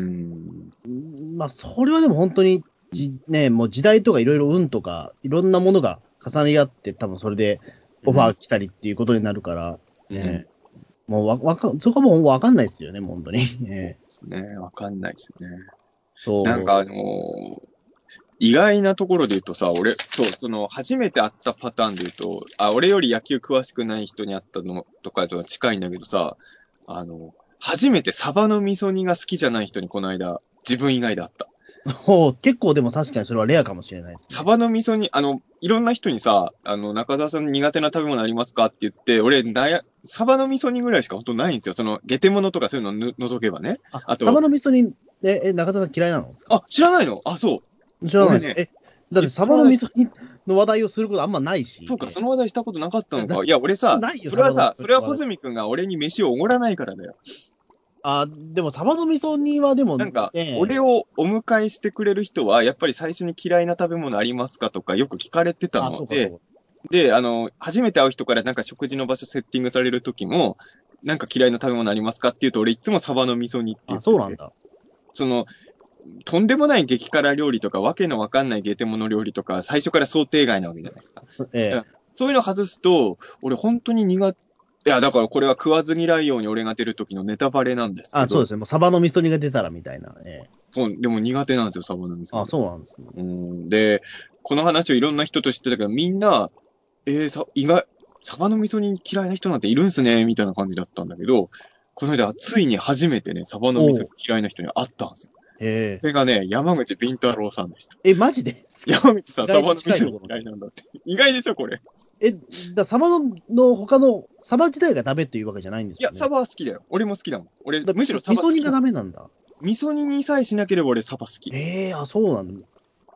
まあ、それはでも本当にじ、ね、もう時代とかいろいろ運とか、いろんなものが重なり合って、多分それでオファー来たりっていうことになるから、ね、もうわわかそこはもうわかんないですよね、もう本当に。ね、 ね、わかんないですよね。 そう。 なんかあのー意外なところで言うとさ、俺、そう、その、初めて会ったパターンで言うと、あ、俺より野球詳しくない人に会ったのとかとは近いんだけどさ、あの、初めてサバの味噌煮が好きじゃない人にこの間、自分以外で会った。 お結構でも確かにそれはレアかもしれないです、ね。 サバの味噌煮、あの、いろんな人にさ、あの、中澤さん苦手な食べ物ありますかって言って、俺、なや、サバの味噌煮ぐらいしか本当ないんですよ。その、ゲテモノとかそういうのをぬ除けばね。 あ、 あとサバの味噌煮、え、え中田さん嫌いなのですか？ あ、知らないのあ、そう。 知らないです。 俺ねえ、だってサバの味噌煮の話題をすることあんまないし。 そうか、その話題したことなかったのなか。いや、俺さない、よそれはさ、 サバの味噌煮それは穂積君が俺に飯をおごらないからだよ。 あ、でもサバの味噌煮はでも、 なんか、 ええ俺をお迎えしてくれる人は、やっぱり最初に嫌いな食べ物ありますかとかよく聞かれてたあ、 ので、 そうかそうか。 で、あの、初めて会う人からなんか食事の場所セッティングされる時も、なんか嫌いな食べ物ありますかって言うと、俺いつもサバの味噌煮って言あ、 ってて、 そうなんだ。 その、とんでもない激辛料理とか、わけのわかんないゲテモノ料理とか、最初から想定外なわけじゃないですか。 ええそういうの外すと、俺本当に苦手、いや、だからこれは食わず嫌いように俺が出る時のネタバレなんですけど。 あ、そうですね。もうサバの味噌煮が出たらみたいな。ええそう、でも苦手なんですよ、サバの味噌煮。 あ、そうなんですね。 うんで、この話をいろんな人と知ってたけど、みんな、えー、さ、意外、サバの味噌煮嫌いな人なんているんすね、みたいな感じだったんだけど、この間、ついに初めてね、サバの味噌煮嫌いな人に会ったんですよ。 えそれがね、山口敏太郎さんでした。 ええ、マジで山口さん、 意外とサバの味噌近いところ煮嫌いなんだって。意外でしょ、これ。 え、だサバの、の他の、サバ自体がダメっていうわけじゃないんですいや、 よ、ね。 サバは好きだよ。俺も好きだもん。俺、 だむしろサバ好き味噌煮がダメなんだ。 味噌煮にさえしなければ俺サバ好き。 ええあ、そうなんだ。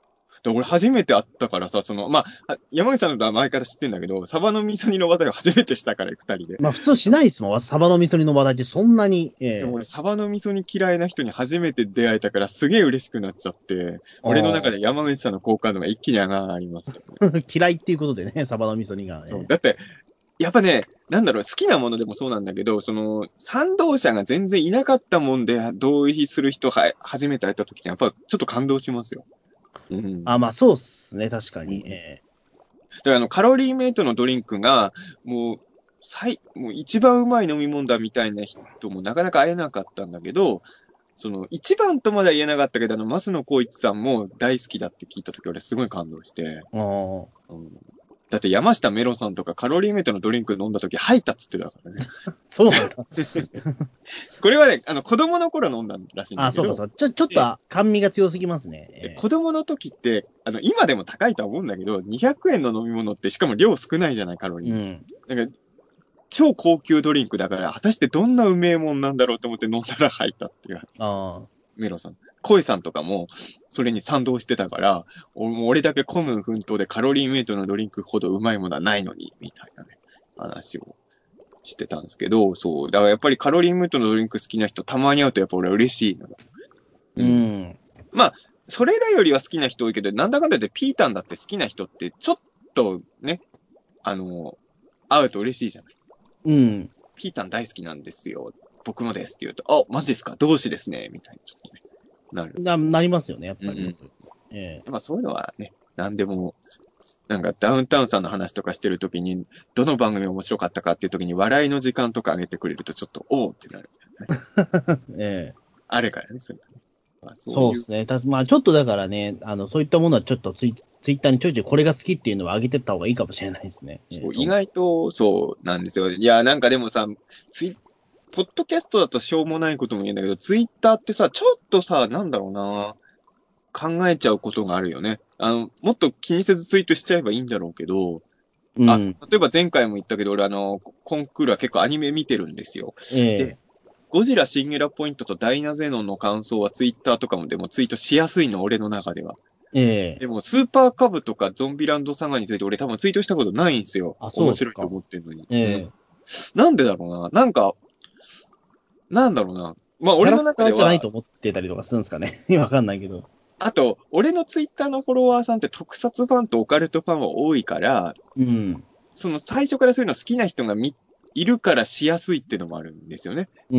で俺初めて会ったからさ、その、まあ、山口さんのことは前から知ってんだけど、サバの味噌煮の話題を初めてしたから、二人で。 まあ普通しないですもん。サバの味噌煮の話題ってそんなに。えでも俺、サバの味噌煮嫌いな人に初めて出会えたから、すげえ嬉しくなっちゃって、俺の中で山口さんの好感度が一気に上がりましたね。 え嫌いっていうことでね、サバの味噌煮が、 そう。だって、やっぱね、なんだろう、好きなものでもそうなんだけど、その、賛同者が全然いなかったもんで、同意する人は、初めて会った時に、やっぱちょっと感動しますよ。うん。 あ、まあそうっすね、確かに。 うん、 えだからあの、カロリーメイトのドリンクが、もう、最、もう一番うまい飲み物だみたいな人もなかなか会えなかったんだけど、その、一番とまでは言えなかったけど、あの、増野光一さんも大好きだって聞いたとき、俺すごい感動して。 あーうん、だって山下メロさんとかカロリーメイトのドリンク飲んだとき吐いたっつってたからね。 そうなんだ。 これはね、あの、子供の頃飲んだらしいんだあ、 けど。 そうかそう。ちょ、ちょっと甘味が強すぎますね。え子供の時って、あの、今でも高いとは思うんだけど、にひゃくえんの飲み物って、しかも量少ないじゃない、カロリー。 うん。 なんか、超高級ドリンクだから、果たしてどんなうめえもんなんだろうと思って飲んだら入ったっていう。 ああ。 メロさん。恋さんとかも、それに賛同してたから、お俺だけ孤軍奮闘でカロリーメイトのドリンクほどうまいものはないのに、みたいなね、話をしてたんですけど、そう。だからやっぱりカロリーメイトのドリンク好きな人、たまに会うとやっぱ俺は嬉しいのだ。 うん。うん、 まあ、それらよりは好きな人多いけど、なんだかんだでピータンだって好きな人って、ちょっとね、あの、会うと嬉しいじゃない。 うん。 ピータン大好きなんですよ。僕もですって言うと、あ、マジですか同志ですねみたいな、ちょっとね、なる。 な、なりますよね、やっぱり。 うんうん、 ええ。 まあそういうのはね、なんでも、なんかダウンタウンさんの話とかしてるときに、どの番組面白かったかっていうときに笑いの時間とか上げてくれるとちょっと、おーってなる、 ええ。 あるからね、それはね。まあ、そういう。 そうですね。たまあちょっとだからね、あの、そういったものはちょっとツイツイッターにちょいちょいこれが好きっていうのを上げてった方がいいかもしれないですね。ええ、 そう意外とそうなんですよ。いや、なんかでもさ、ツイポッドキャストだとしょうもないことも言うんだけど、ツイッターってさ、ちょっとさ、なんだろうな、考えちゃうことがあるよね。あの、もっと気にせずツイートしちゃえばいいんだろうけど、 うん、 あ、例えば前回も言ったけど、俺あの、コンクールは結構アニメ見てるんですよ。 ええ、 で、ゴジラシンゲラポイントとダイナゼノンの感想はツイッターとかもでもツイートしやすいの、俺の中では。 ええ。 でも、スーパーカブとかゾンビランドサガについて俺多分ツイートしたことないんですよ。 あ、そうですか。 面白いと思ってるのに。 ええ、 うん。なんでだろうな。なんか、なんだろうな。まあ、俺の中でキャラクターじゃないは、 と思ってたりとかするんですかね。わかんないけど。 あと、俺のツイッターのフォロワーさんって特撮ファンとオカルトファンは多いから、 うん。 その最初からそういうの好きな人がみいるからしやすいっていうのもあるんですよね。 うん。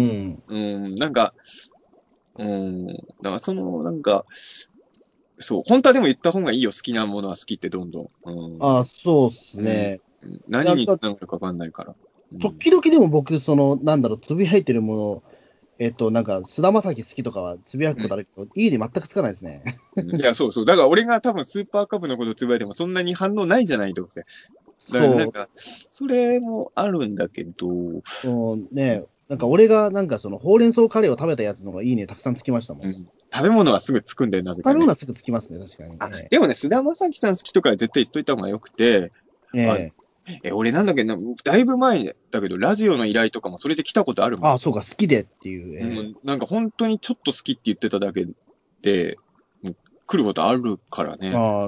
うん、なんか、うん、だからその、なんか、そう、本当はでも言った方がいいよ、好きなものは好きってどんどん。うん、 あ、そうですね。 うん、何につながるかわかんないから。うん、 時々でも僕、その、なんだろう、つぶやいてるもの、えっと、なんか、菅田将暉好きとかはつぶやくことあるけど、いいね全くつかないですね。 いや、そうそう。だから俺が多分スーパーカブのことつぶやいてもそんなに反応ないじゃない、どうせ。だからなんか、それもあるんだけど、 そう、ね、なんか俺がなんかそのほうれん草カレーを食べたやつの方がいいねたくさんつきましたもん。 うん、食べ物はすぐつくんだよ、なぜか、ね。 食べ物はすぐつきますね、確かに。 あ、 えでもね、菅田将暉さん好きとかは絶対言っといた方がよくて、 えええ、俺なんだっけな、だいぶ前だけど、ラジオの依頼とかもそれで来たことあるもん。 ああ、そうか、好きでっていう。ええうん、なんか本当にちょっと好きって言ってただけで、もう来ることあるからね。 ああ、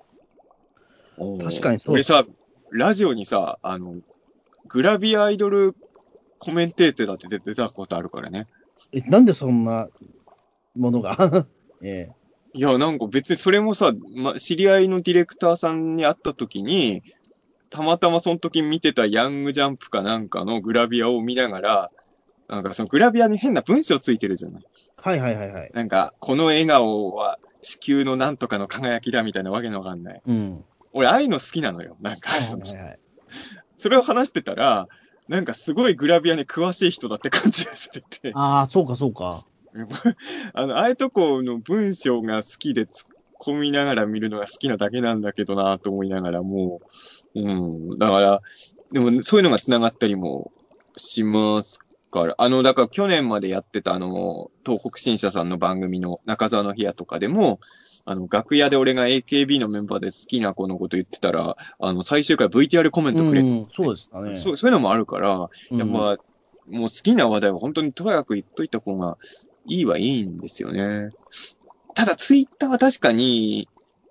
確かにそう。 俺さ、ラジオにさ、あの、グラビアアイドルコメンテーターだって出てたことあるからね。 え、なんでそんなものがええいや、なんか別にそれもさ、ま、知り合いのディレクターさんに会った時に、たまたまその時見てたヤングジャンプかなんかのグラビアを見ながら、なんかそのグラビアに変な文章ついてるじゃない。 はいはいはいはい。 なんか、この笑顔は地球のなんとかの輝きだみたいなわけのわかんない。 うん。 俺、ああいうの好きなのよ。なんか、 はいはいはいはい。 それを話してたら、なんかすごいグラビアに詳しい人だって感じがしてて。 ああ、そうかそうか。 あの、ああいうとこの文章が好きで突っ込みながら見るのが好きなだけなんだけどなと思いながらもう、うん、だから、でもそういうのが繋がったりもしますから、あの、だから去年までやってたあの、東北新社さんの番組の中澤の部屋とかでも、あの、楽屋で俺が エーケービー のメンバーで好きな子のこと言ってたら、あの、最終回 ブイティーアール コメントくれて、 うん、そうですかね。 そう、そういうのもあるから、 うんやっぱ、もう好きな話題は本当にとやかく言っといた方がいいはいいんですよね。ただツイッターは確かに、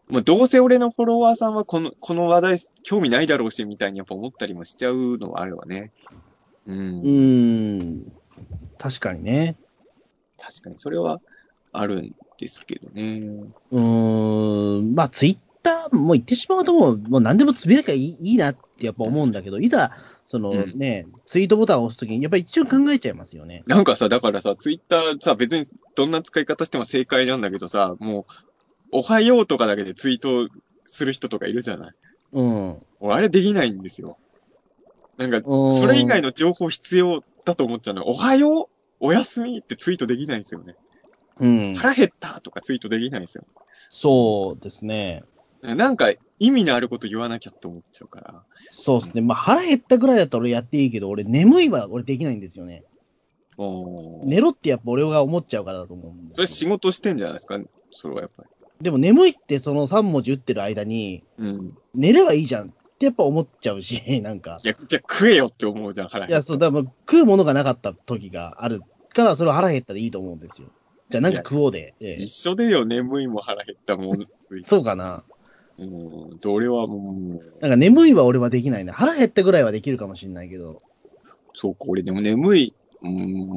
もうどうせ俺のフォロワーさんはこの、この話題興味ないだろうし、みたいにやっぱ思ったりもしちゃうのはあるわね。うん。 うーん。確かにね。 確かに、それはあるんですけどね。 うーん。まあ、ツイッターも言ってしまうともう、もう何でもつぶやきゃいいいいなってやっぱ思うんだけど、いざ、そのうんね、ツイートボタンを押すときに、やっぱり一応考えちゃいますよね。 なんかさ、だからさ、ツイッターさ、別にどんな使い方しても正解なんだけどさ、もう、おはようとかだけでツイートする人とかいるじゃない。 うん。 俺、あれできないんですよ。なんか、 うーんそれ以外の情報必要だと思っちゃうの。おはようおやすみってツイートできないんですよね。 うん。 腹減ったとかツイートできないんですよ。 そうですね。 なんか意味のあること言わなきゃって思っちゃうから。 そうですね。まあ、腹減ったぐらいだったら俺やっていいけど、俺眠いは俺できないんですよね。 おー寝ろってやっぱ俺が思っちゃうからだと思うんですよ。 それ仕事してんじゃないですか、それはやっぱり。 でも眠いってそのさん文字打ってる間に、 うん。 寝ればいいじゃんってやっぱ思っちゃうし、なんか。 いや、じゃあ食えよって思うじゃん、腹減った。 いや、そう、だから食うものがなかった時があるから、それは腹減ったでいいと思うんですよ。じゃあなんか食おうで。ええ一緒でよ、眠いも腹減ったもん。 そうかな。 うん。それはもう、 なんか眠いは俺はできないね。腹減ったぐらいはできるかもしれないけど。 そうか、俺でも眠い。うん、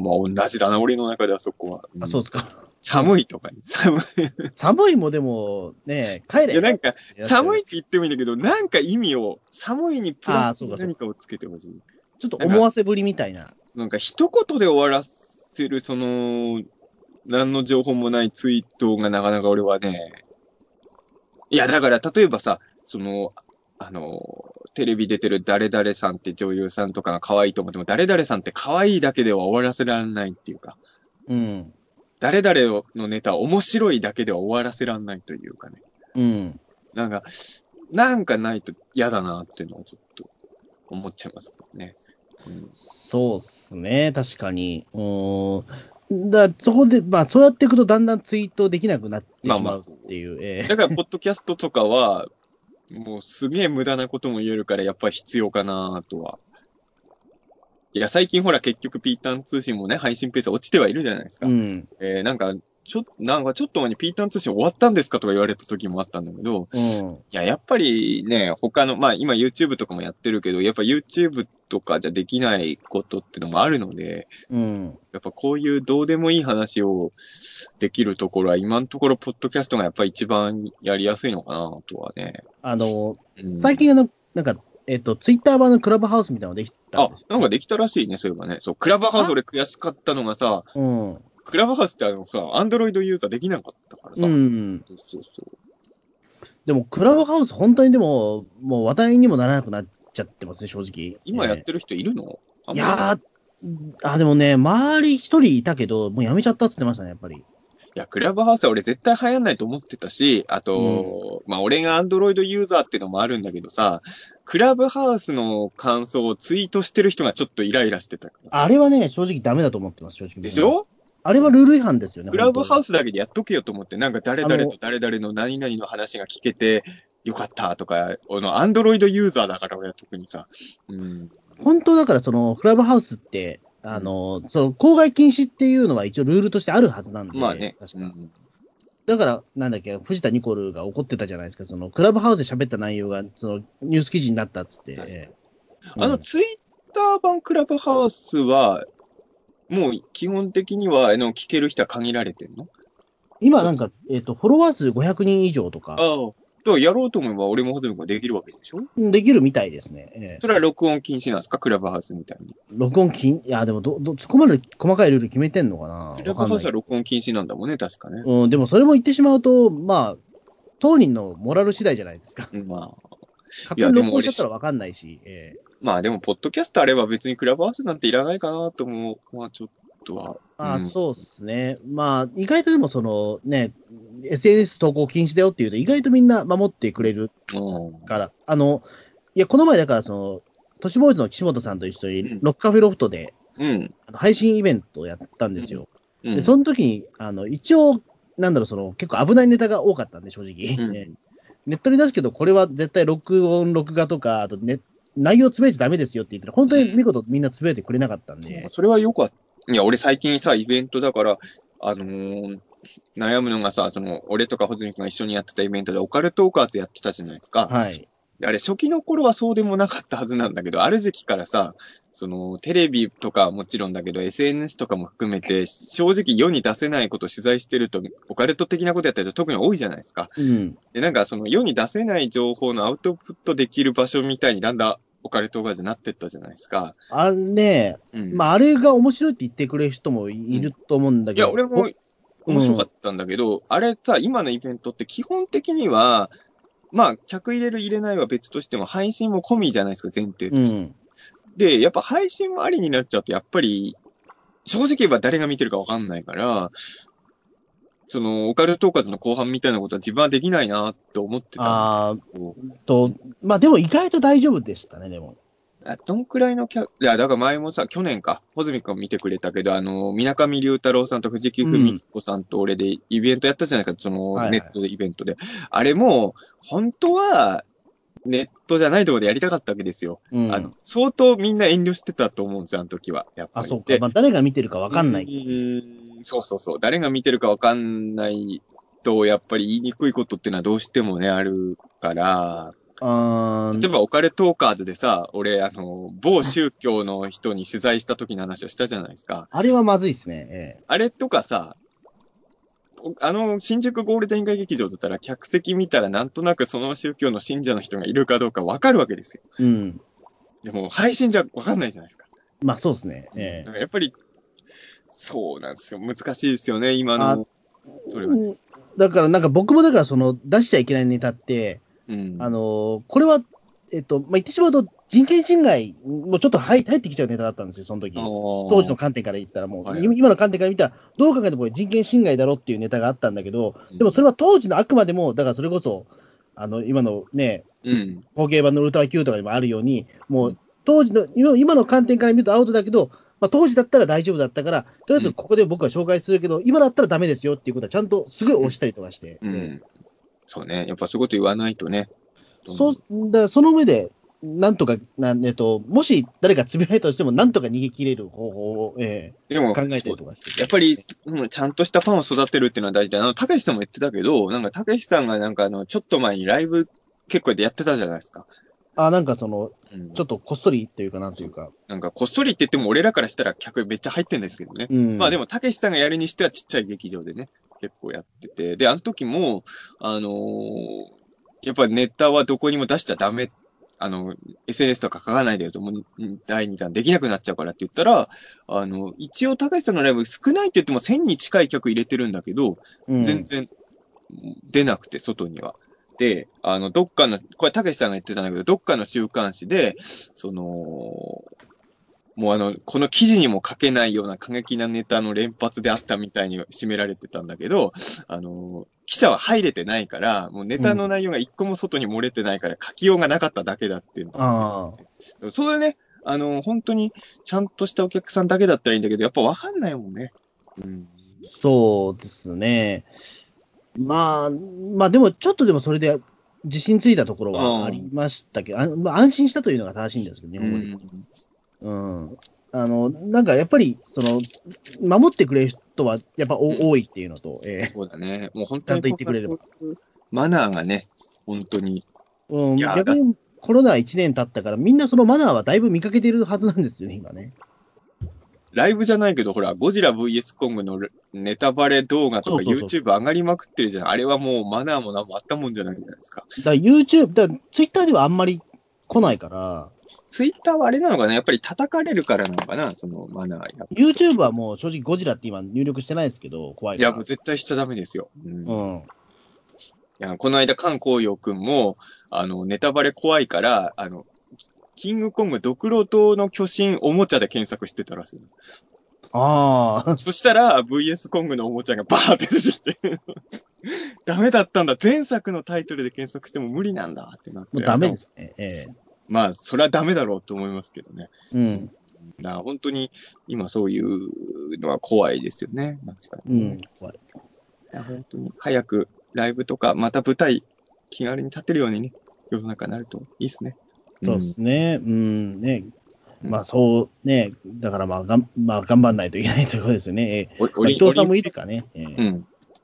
まあ同じだな、俺の中ではそこは。 あ、そうう。 ですか。 寒いとかに、寒い。 寒いもでも、ね、帰れ。 いや、なんか、寒いい。 って言ってもいいんだけど、なんか意味を、寒いにプラスあーそうかそうか何かをつけてほしい。 ちょっと思わせぶりみたいな。 なんか一言で終わらせる、その、何の情報もないツイートがなかなか俺はね、いや、だから例えばさ、その、あの、テレビ出てる誰々さんって女優さんとかが可愛いと思っても、誰々さんって可愛いだけでは終わらせられないっていうか、 うん。 誰々のネタ面白いだけでは終わらせられないというかね。 うん。 なんか、なんかないと嫌だなっていうのはちょっと思っちゃいますけどね。うん、 そうっすね。確かに。うーん。だそこで、まあ、そうやっていくとだんだんツイートできなくなってしまあまあまうっていう。ええだから、ポッドキャストとかは、もうすげえ無駄なことも言えるから、やっぱり必要かなとは。いや、最近ほら結局ピータン通信もね、配信ペース落ちてはいるじゃないですか。 うん。 えー、なんか、ちょっと、なんかちょっと前にピータン通信終わったんですかとか言われた時もあったんだけど、 うん。 いや、やっぱりね、他の、まあ今 YouTube とかもやってるけど、やっぱ YouTube とかじゃできないことってのもあるので、 うん。 やっぱこういうどうでもいい話をできるところは、今のところポッドキャストがやっぱり一番やりやすいのかなとはね。 あの、 うん最近あの、なんか、えっと、ツイッター版のクラブハウスみたいなのできたあんです、 なんかできたらしいね、そういえばね。そう、クラブハウス俺悔しかったのがさ、 うん。 クラブハウスってあのさ、アンドロイドユーザーできなかったからさ。 うん。 そうそうそう。 でも、クラブハウス、本当にでも、もう話題にもならなくなっちゃってますね、正直。 今やってる人いるの、あんいまりやー、あ、でもね、周り一人いたけど、もうやめちゃったって言ってましたね、やっぱり。 いや、クラブハウスは俺絶対流行んないと思ってたし、あと、まあ俺がアンドロイドユーザーっていうのもあるんだけどさ、クラブハウスの感想をツイートしてる人がちょっとイライラしてたからさ。 あれはね、正直ダメだと思ってます、正直。 でしょあれはルール違反ですよね、 クラブハウス。 スだけでやっとけよと思って、なんか誰々と誰々の何々の話が聞けてよかったとか、あの、アンドロイドユーザーだから俺は特にさ。うん。 本当だから、その、クラブハウスって、あの、その、公害禁止っていうのは一応ルールとしてあるはずなんで、 まあね。 確か。 うんだから、なんだっけ、藤田ニコルが怒ってたじゃないですか、その、クラブハウスで喋った内容が、その、ニュース記事になったっつって。 確かにええあの、 うんツイッター版クラブハウスは、もう基本的には、あの、聞ける人は限られてんの今なんか、えっ、と、フォロワー数ごひゃくにん以上とか、 ああ。だからやろうと思えば俺もホテルができるわけでしょできるみたいですね。ええそれは録音禁止なんですかクラブハウスみたいに。 録音禁、いや、でもど、ど、そこまで細かいルール決めてんのかなクラブハウスはわかんない。 録音禁止なんだもんね、確かね。 うん、でもそれも言ってしまうと、まあ、当人のモラル次第じゃないですか。 まあ。 勝手に録音しちゃったらわかんないし、ええまあでも、ポッドキャストあれば別にクラブハウスなんていらないかなと思う。まあちょっとは。 ああ、 うんそうですね。まあ、意外とでもそのね、エスエヌエス 投稿禁止だよっていうと、意外とみんな守ってくれるうんから、あの、いや、この前だから、その、都市ボーイズの岸本さんと一緒にうん、 ロックカフェロフトで、 うん。 あの配信イベントをやったんですよ。 うん。 で、その時に、あの、一応、なんだろう、その、結構危ないネタが多かったんで、正直。 うんねネットに出すけど、これは絶対録音、録画とか、あとね、内容つぶやいちゃダメですよって言って、本当に見事みんなつぶやいてくれなかったんで。 それはよくあっいや、俺最近さ、イベントだから、あのー悩むのがさ、その、俺とか穂積君が一緒にやってたイベントでオカルトーカーズやってたじゃないですか。 はい。 あれ、初期の頃はそうでもなかったはずなんだけど、ある時期からさ、その、テレビとかはもちろんだけど、エスエヌエス とかも含めて、正直世に出せないことを取材してると、オカルト的なことやったりと特に多いじゃないですか。 うん。 で、なんかその世に出せない情報のアウトプットできる場所みたいにだんだんオカルトがになってったじゃないですか。 あれね、 うん。 まあ、あれが面白いって言ってくれる人もいると思うんだいや、 けど、 俺も面白かったんだけど、あれさ、今のイベントって基本的には、まあ、客入れる入れないは別としても、配信も込みじゃないですか、前提うとして。 ん。 で、やっぱ配信もありになっちゃうと、やっぱり、正直言えば誰が見てるかわかんないから、その、オカルトーカーズの後半みたいなことは自分はできないなって思ってたんだあけど、 ーと、まあでも意外と大丈夫でしたね、でも。 あどんくらいのキャ、いや、だから前もさ、去年か、穂積君見てくれたけど、あの、水上龍太郎さんと藤木文彦さんと俺でイベントやったじゃないか、その、 はいはいネットでイベントで。あれも、本当は、ネットじゃないところでやりたかったわけですよ。 うんあの、相当みんな遠慮してたと思うんですよ、あの時は。やっぱあ、 り。 そうか。 でまあ誰が見てるかわかんない。 うーん、そうそうそう。誰が見てるかわかんないと、やっぱり言いにくいことっていうのはどうしてもね、あるから、 あー例えばオカルトーカーズでさ、俺、あの、某宗教の人に取材した時の話をしたじゃないですか。 あれはまずいですね。ええあれとかさ、おあの、新宿ゴールデン街劇場だったら、客席見たらなんとなくその宗教の信者の人がいるかどうかわかるわけですよ。 うん。 でも、配信じゃわかんないじゃないですか。 まあそうですね。 だええからやっぱり、そうなんですよ。難しいですよね、今あの。それはね。 うんだからなんか僕もだからその出しちゃいけないネタって、 うん。 あのーこれは、えっと、まあ、言ってしまうと人権侵害もちょっと入入ってきちゃうネタだったんですよ、その時。当時の観点から言ったらもう、 はいはい今今の観点から見たら、どう考えてもこれ人権侵害だろっていうネタがあったんだけど、 うんでもそれは当時のあくまでも、だからそれこそ、あの、今のね、 うん。 後継版のウルトラ Q とかにもあるように、もうう当時の、今今の観点から見るとアウトだけど、まあ、当時だったら大丈夫だったから、とりあえずここで僕は紹介するけど、今だったらダメですよっていうことはちゃんとすごい押したりとかして。 うん。 ええそうね。やっぱそういうこと言わないとね。 そう、だからその上で、なんとか、なんえっと、もし誰かつぶやいたとしても、なんとか逃げ切れる方法を、えでも、 え考えたりとかして。 やっぱり、うんちゃんとしたファンを育てるっていうのは大事だ。あの、たけしさんも言ってたけど、なんか、たけしさんがなんか、あの、ちょっと前にライブ結構でやってたじゃないですか。 あ、なんかその、 うん。 ちょっとこっそりっていうかなんというか。 なんか、こっそりって言っても、俺らからしたら客めっちゃ入ってんですけどね。 うん。 まあでも、たけしさんがやるにしてはちっちゃい劇場でね、結構やってて。で、あの時も、あのーやっぱネタはどこにも出しちゃダメ。あの、エスエヌエス とか書かないでよと、もうだいにだんできなくなっちゃうからって言ったら、あの、一応、高橋さんのライブ少ないって言ってもせんに近い客入れてるんだけど、 うん、 全然出なくて、外には。で、あの、どっかの、これ、たけしさんが言ってたんだけど、どっかの週刊誌で、その、もうあの、この記事にも書けないような過激なネタの連発であったみたいに締められてたんだけど、あの、記者は入れてないから、もうネタの内容が一個も外に漏れてないから書きようがなかっただけだっていうの。 ああ。 そういうね、あの、本当にちゃんとしたお客さんだけだったらいいんだけど、やっぱわかんないもんね。うん。 そうですね。まあ、まあでも、ちょっとでもそれで自信ついたところはありましたけど、あまあ、安心したというのが正しいんですけど、日う本語で。 ん。 うん。あの、なんかやっぱり、その、守ってくれる人はやっぱおうん多いっていうのと、ええそうだね。もう本ちゃん当にと言ってくれれば。 マナーがね、本当に。 うん、 いや逆にコロナいちねん経ったから、みんなそのマナーはだいぶ見かけてるはずなんですよね、今ね。 ライブじゃないけど、ほら、ゴジラ ブイエス コングのネタバレ動画とかそうそうそう YouTube 上がりまくってるじゃん。あれはもうマナーもなんもあったもんじゃないじゃないですか。 だから YouTube、だから Twitter ではあんまり来ないから、 ツイッターはあれなのかなやっぱり叩かれるからなのかなそのマナーや。 YouTube はもう正直ゴジラって今入力してないですけど、怖いから。 いや、もう絶対しちゃダメですよ。うんうん。 いや、この間、菅光陽くんも、あの、ネタバレ怖いから、あの、キングコングドクロ島の巨神おもちゃで検索してたらしい。 ああ、 そしたら、ブイエス コングのおもちゃがバーって出てきて、ダメだったんだ。前作のタイトルで検索しても無理なんだってなって。 もうダメですね。ええまあ、それはダメだろうと思いますけどね。 うん。 だから本当に、今そういうのは怖いですよね。確かうに、 ん。怖い。 いや本当に、早くライブとか、また舞台、気軽に立てるようにね、世の中になるといいですね。 そうですね。うん。ね。 うんまあそうね。だからまあがん、まあ頑張んないといけないということですよね。ええおまあ伊藤さんもいいですかね。ええうん。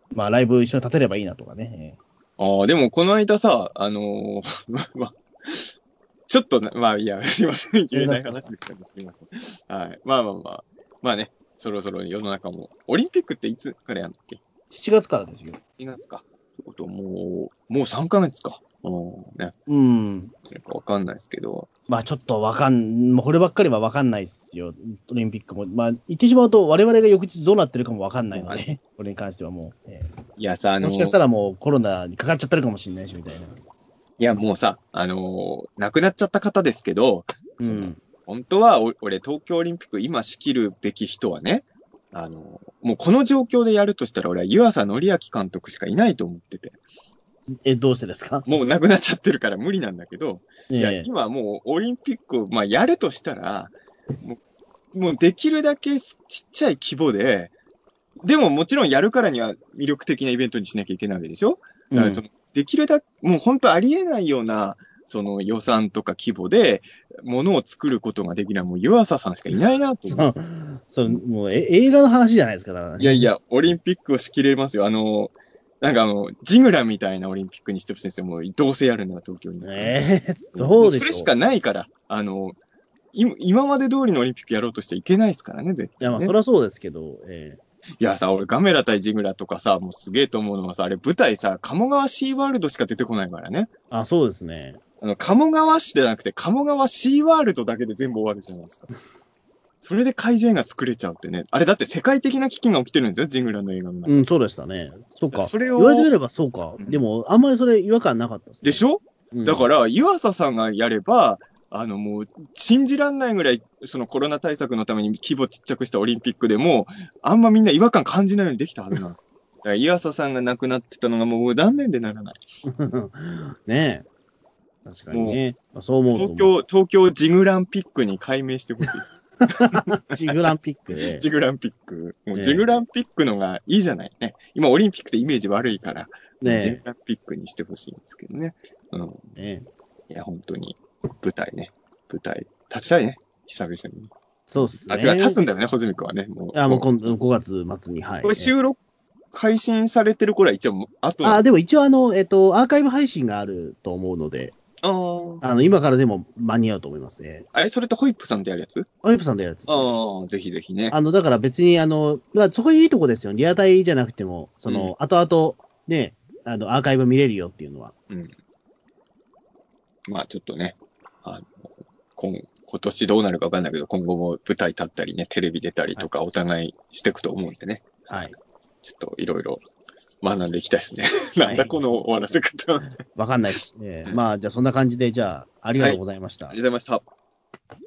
まあ、ライブ一緒に立てればいいなとかね。 ああ、でもこの間さ、あのー、まあ、まあ、ちょっとな、まあいいや、すいません。言えない話ですけど、すいません。はい。まあまあまあ。まあね、そろそろ世の中も。オリンピックっていつからやんだっけ？ しちがつからですよ。 しちがつか。ってことはもう、もうさんかげつか。うん。ね。 うん。 なんかわかんないですけど。 まあちょっとわかん、もうこればっかりはわかんないですよ。オリンピックも。まあ言ってしまうと、我々が翌日どうなってるかもわかんないので、これに関してはもう。えー、 いやさ、あのー、 もしかしたらもうコロナにかかっちゃってるかもしれないし、みたいな。 いやもうさ、あのー、亡くなっちゃった方ですけど、 うん。 本当はお、俺、東京オリンピック今仕切るべき人はね、あの、もうこの状況でやるとしたら、俺は湯浅紀明監督しかいないと思ってて。 え、どうしてですか？ もう亡くなっちゃってるから無理なんだけど、 ええ、 いや、今もうオリンピックを、まあ、やるとしたら、もう、もうできるだけちっちゃい規模で、でももちろんやるからには魅力的なイベントにしなきゃいけないわけでしょ？だからその、うん、できるだけ、もう本当ありえないような、その予算とか規模で、ものを作ることができない、もう湯浅さんしかいないなと思う。 そう、もうえ映画の話じゃないですか、だから、ね。 いやいや、オリンピックを仕切れますよ。あの、なんかあの、ジグラみたいなオリンピックにしてほしいんですよ。もう、どうせやるなら東京に。 ええー、そうでしょ。 それしかないから、あの、今まで通りのオリンピックやろうとしてはいけないですからね、絶対、ね。 いや、まあ、そりゃそうですけど、えー、いやさ、俺、ガメラ対ジグラとかさ、もうすげえと思うのはさ、あれ舞台さ、鴨川シーワールドしか出てこないからね。 あ、そうですね。 あの、鴨川市じゃなくて、鴨川シーワールドだけで全部終わるじゃないですか。それで怪獣映画作れちゃうってね。あれだって世界的な危機が起きてるんですよ、ジグラの映画の中。 うん、そうでしたね。そうか。 それを言われてみればそうか。うん、でも、あんまりそれ違和感なかったですね。 でしょ、うん、だから、湯浅さんがやれば、あのもう、信じらんないぐらい、そのコロナ対策のために規模ちっちゃくしたオリンピックでも、あんまみんな違和感感じないようにできたはずなんです。だから、湯浅さんが亡くなってたのがもう残念でならない。 ねえ。確かにね。まあ、そう思うと思う。 東京、東京ジグランピックに改名してほしいです。 ジグランピックね。 ジグランピック。もうジグランピックのがいいじゃないね。今、オリンピックってイメージ悪いから、ね、ジグランピックにしてほしいんですけどね。うん。ね、いや、本当に、舞台ね。舞台、立ちたいね。久々に。 そうっすね。 あ、立つんだよね、穂積君はね。 もう。あ、もう今度ごがつ末に、はい。 これ収録、配信されてる頃は一応、あと。 あ、でも一応あの、えっと、アーカイブ配信があると思うので。ああの、今からでも間に合うと思いますね。 あれそれってホイップさんでやるやつ？ ホイップさんでやるやつ、 ね。ああ、ぜひぜひね。 あの、だから別に、あの、そこにいいとこですよ。リアタイじゃなくても、その、うん、後々、ね、あの、アーカイブ見れるよっていうのは。 うん。まあ、ちょっとね、あの、今、今年どうなるかわかんないけど、今後も舞台立ったりね、テレビ出たりとか、お互いしていくと思うんでね。 はい。 ちょっといろいろ学んでいきたいですね。なんだこの終わらせ方。 わかんないです。えー、まあ、じゃあそんな感じで、じゃあ、ありがとうございました。 はい、ありがとうございました。